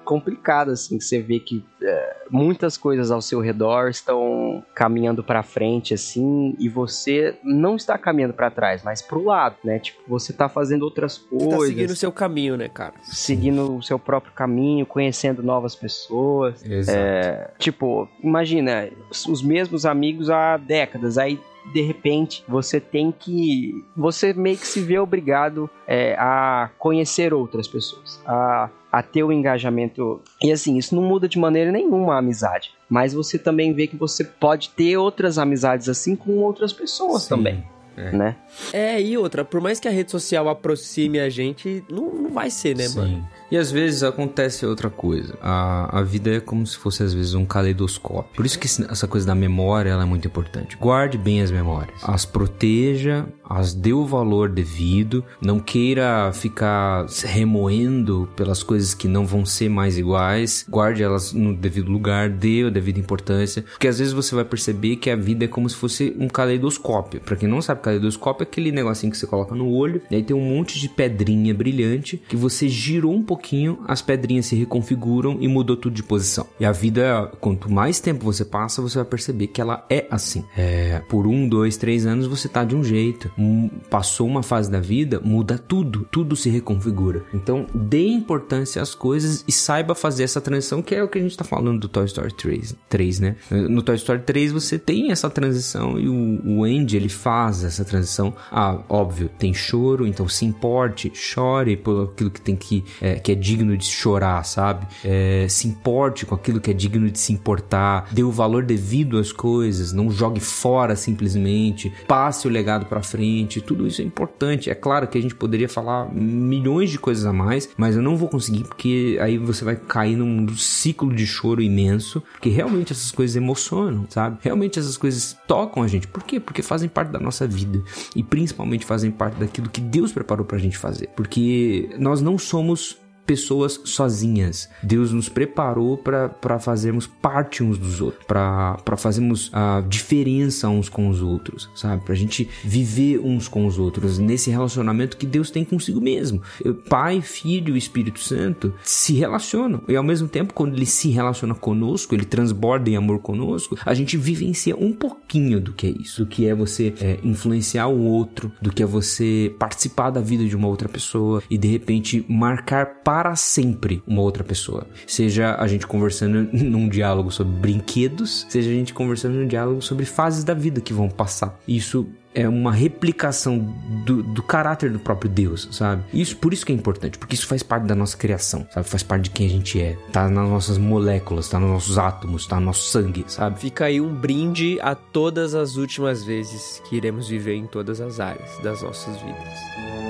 complicado, assim, que você vê que é, muitas coisas ao seu redor estão caminhando pra frente, assim, e você não está caminhando pra trás, mas pro lado, né? Tipo, você tá fazendo outras coisas. Você tá seguindo o seu caminho, né, cara? Seguindo o seu próprio caminho, conhecendo novas pessoas. Exato. É, tipo, imagina, os mesmos amigos há décadas, aí de repente você tem que... Você meio que se vê obrigado é, a conhecer outras pessoas, a, a ter o engajamento. E assim, isso não muda de maneira nenhuma a amizade, mas você também vê que você pode ter outras amizades assim com outras pessoas. Sim. Também. É. Né? É, e outra, por mais que a rede social aproxime a gente, não, não vai ser, né, Sim. mano? E às vezes acontece outra coisa. A, a vida é como se fosse, às vezes, um caleidoscópio. Por isso que essa coisa da memória, ela é muito importante. Guarde bem as memórias. As proteja, as dê o valor devido. Não queira ficar remoendo pelas coisas que não vão ser mais iguais. Guarde elas no devido lugar, dê a devida importância. Porque às vezes você vai perceber que a vida é como se fosse um caleidoscópio. Pra quem não sabe, caleidoscópio é aquele negocinho que você coloca no olho, e aí tem um monte de pedrinha brilhante que você girou um pouquinho, as pedrinhas se reconfiguram e mudou tudo de posição. E a vida, quanto mais tempo você passa, você vai perceber que ela é assim. É, por um, dois, três anos você tá de um jeito. Um, passou uma fase da vida, muda tudo. Tudo se reconfigura. Então, dê importância às coisas e saiba fazer essa transição, que é o que a gente tá falando do Toy Story três, né? No Toy Story três você tem essa transição e o, o Andy, ele faz essa transição. Ah, óbvio, tem choro, então se importe, chore por aquilo que tem que, é, que é digno de chorar, sabe? É, se importe com aquilo que é digno de se importar, dê o valor devido às coisas, não jogue fora simplesmente, passe o legado pra frente, tudo isso é importante. É claro que a gente poderia falar milhões de coisas a mais, mas eu não vou conseguir, porque aí você vai cair num ciclo de choro imenso, porque realmente essas coisas emocionam, sabe? Realmente essas coisas tocam a gente. Por quê? Porque fazem parte da nossa vida e principalmente fazem parte daquilo que Deus preparou pra gente fazer, porque nós não somos pessoas sozinhas. Deus nos preparou para fazermos parte uns dos outros, para fazermos a diferença uns com os outros, sabe? Pra gente viver uns com os outros nesse relacionamento que Deus tem consigo mesmo. Pai, Filho e Espírito Santo se relacionam, e ao mesmo tempo, quando ele se relaciona conosco, ele transborda em amor conosco, a gente vivencia um pouquinho do que é isso, do que é você é, influenciar o outro, do que é você participar da vida de uma outra pessoa e de repente marcar para para sempre uma outra pessoa. Seja a gente conversando num diálogo sobre brinquedos, seja a gente conversando num diálogo sobre fases da vida que vão passar. Isso é uma replicação do, do caráter do próprio Deus, sabe? Isso, por isso que é importante, porque isso faz parte da nossa criação, sabe? Faz parte de quem a gente é. Tá nas nossas moléculas, tá nos nossos átomos, tá no nosso sangue, sabe? Fica aí um brinde a todas as últimas vezes que iremos viver em todas as áreas das nossas vidas.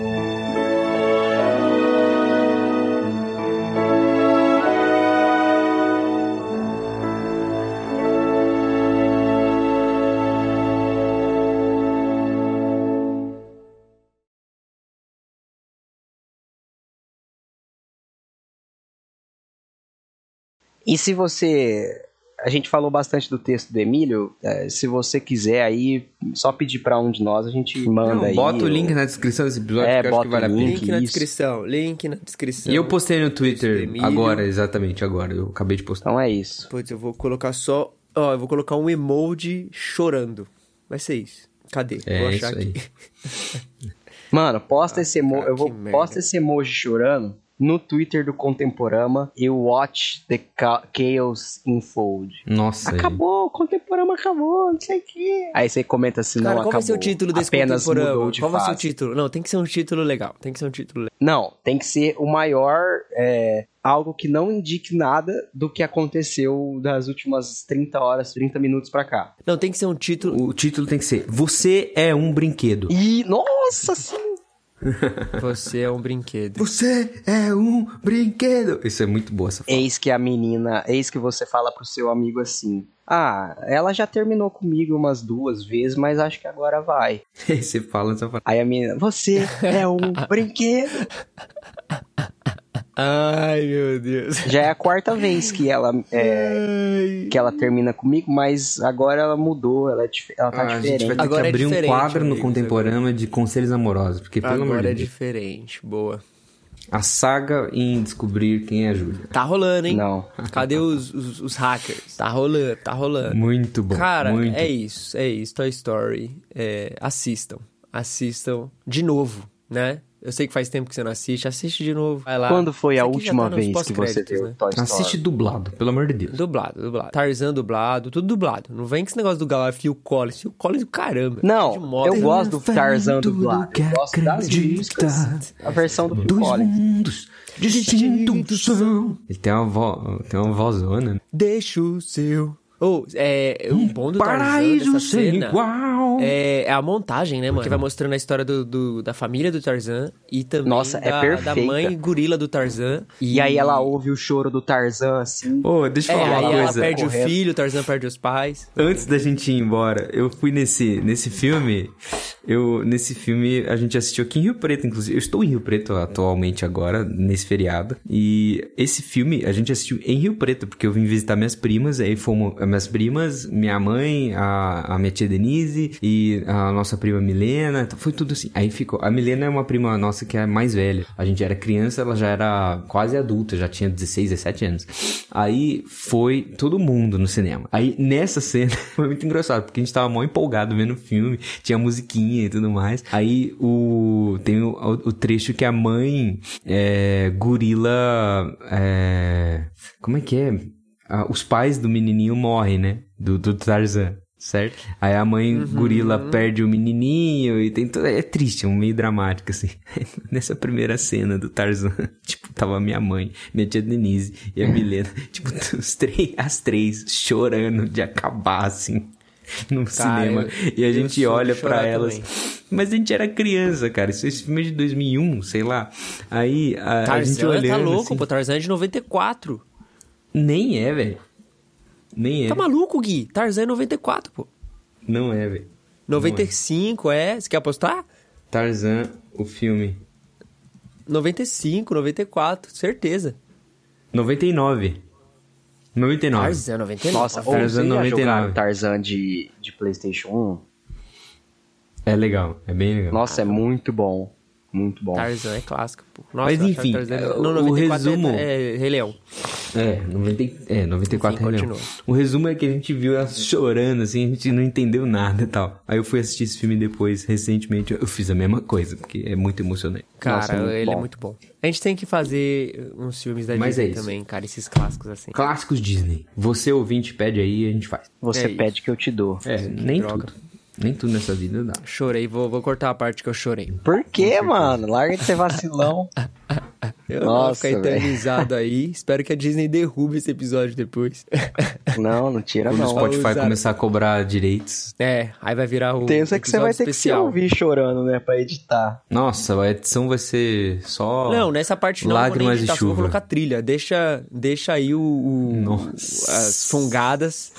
E se você... A gente falou bastante do texto do Emílio. É, se você quiser aí, só pedir pra um de nós, a gente manda. Não, aí. Bota o link na descrição desse episódio, é, que eu acho que vale a pena. Link na descrição, link na descrição. E eu postei no Twitter agora, exatamente agora. Eu acabei de postar. Então é isso. Putz, eu vou colocar só... Ó, eu vou colocar um emoji chorando. Vai ser isso. Cadê? É, vou achar isso aqui. Aí. Mano, posta ah, esse emoji... Cara, eu vou posta esse emoji chorando no Twitter do Contemporama e watch the chaos unfold. Nossa. Acabou, o Contemporama acabou, não sei o quê. Aí você comenta assim, cara, não qual acabou. Qual vai ser o título desse Apenas Contemporama? Mudou de qual vai fase. ser o título? Não, tem que ser um título legal. Tem que ser um título legal. Não, tem que ser o maior... É, algo que não indique nada do que aconteceu das últimas trinta horas, trinta minutos pra cá. Não, tem que ser um título... O título tem que ser Você é um brinquedo. E, nossa, sim! Você é um brinquedo. Você é um brinquedo. Isso é muito boa essa fala. Eis que a menina, eis que você fala pro seu amigo assim: ah, ela já terminou comigo umas duas vezes, mas acho que agora vai. Aí você fala essa fala. Aí a menina: você é um brinquedo. Ai, meu Deus. Já é a quarta vez que ela é, que ela termina comigo, mas agora ela mudou, ela, é, ela tá ah, diferente. A gente vai ter agora que abrir é um quadro amigos, no Contemporama de conselhos amorosos, porque pelo agora amor de é Deus. diferente, boa. A saga em descobrir quem é a Júlia. Tá rolando, hein? Não. Cadê os, os, os hackers? Tá rolando, tá rolando. Muito bom. Cara, muito. é isso, é isso. Toy Story. É, assistam. Assistam de novo, né? Eu sei que faz tempo que você não assiste, assiste de novo. Vai lá. Quando foi Isso a aqui última já tá nos vez que você pós-créditos, viu né? Toy Story? Assiste dublado, pelo amor de Deus. Dublado, dublado. Tarzan dublado, tudo dublado. Não vem com esse negócio do galera Phil Collins. Phil Collins do caramba. Não, De moto. eu gosto do Tarzan dublado. Eu gosto das músicas. A versão do Phil Dois Collins. mundos distintos são. Ele tem uma, vo... tem uma vozona, né? Deixa o seu... Oh, é, o bom do Tarzan Paraíso dessa sem cena igual. é, é a montagem, né, mano? Que vai mostrando a história do, do- da família do Tarzan e também Nossa, é da, da perfeita. mãe gorila do Tarzan. E aí ela ouve o choro do Tarzan, assim. Ô, deixa eu É, falar aí uma ela coisa. perde Correto. o filho, o Tarzan perde os pais. Antes da gente ir embora, eu fui nesse, nesse filme. Eu, nesse filme, a gente assistiu aqui em Rio Preto, inclusive. Eu estou em Rio Preto atualmente agora, nesse feriado. E esse filme a gente assistiu em Rio Preto, porque eu vim visitar minhas primas. Aí fomos minhas primas, minha mãe, a, a minha tia Denise e a nossa prima Milena. Então foi tudo assim. Aí ficou. A Milena é uma prima nossa que é mais velha. A gente era criança, ela já era quase adulta, já tinha dezesseis, dezessete anos. Aí foi todo mundo no cinema. Aí nessa cena foi muito engraçado, porque a gente tava mó empolgado vendo o filme, tinha musiquinha e tudo mais. Aí o tem o, o trecho que a mãe é, gorila é, como é que é? Ah, os pais do menininho morrem, né? Do, do Tarzan. Certo? Aí a mãe Uhum. gorila perde o menininho e tem tudo. É triste, é um meio dramático, assim. Nessa primeira cena do Tarzan, tipo, tava minha mãe, minha tia Denise e a Milena, tipo, os três, as três chorando de acabar, assim, no Cara, cinema. eu- E a eu gente sou de olha chorar pra elas. também. Mas a gente era criança, cara. Isso, esse filme é de dois mil e um, sei lá. Aí a, a gente Tarzan olhando. tá louco, assim, pô. Tarzan é de noventa e quatro. Nem é, velho. Nem é. Tá maluco, Gui? Tarzan é noventa e quatro, pô. Não é, velho. noventa e cinco, é? Você quer apostar? Tarzan, o filme. noventa e cinco, noventa e quatro, certeza. noventa e nove. noventa e nove. Tarzan, noventa e nove. Nossa, ou Tarzan você já noventa e nove. jogaram Tarzan de, de PlayStation um? É legal, é bem legal. Nossa, é muito bom. Muito bom. Tarzan é clássico, pô. Nossa, Mas eu acho enfim, Tarzan... é, Não, o noventa e quatro resumo- é, é Rei Leão. É, noventa, é, noventa e quatro Enfim, é legal. continua. O resumo é que a gente viu ela chorando, assim, a gente não entendeu nada e tal. Aí eu fui assistir esse filme depois, recentemente, eu fiz a mesma coisa, porque é muito emocionante. Cara, Nossa, muito ele bom. é muito bom. A gente tem que fazer uns filmes da Mas é Disney isso. também, cara, esses clássicos assim. Clássicos Disney. Você ouvinte pede aí e a gente faz. Você É pede que eu te dou. É, nem droga. tudo. Nem tudo nessa vida dá. Chorei, vou, vou cortar a parte que eu chorei. Por quê, mano? Larga de ser vacilão. Eu não vou Nossa, ficar velho. eternizado aí. Espero que a Disney derrube esse episódio depois. Não, não tira Quando o não. Spotify usar- começar a cobrar direitos. É, aí vai virar o Tensa que você vai ter que se especial. ouvir chorando, né? Pra editar. Nossa, a edição vai ser só... Não, nessa parte não, Lágrimas eu vou nem e editar, só vou chuva. colocar trilha. Deixa, deixa aí o, o- Nossa. as fungadas.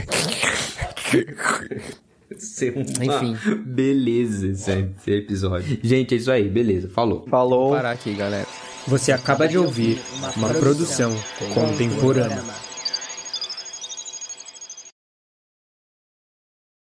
Ser uma Enfim. beleza esse, esse episódio. Gente, é isso aí, beleza, falou. Falou. Vou parar aqui, galera. Você acaba de ouvir uma produção contemporânea.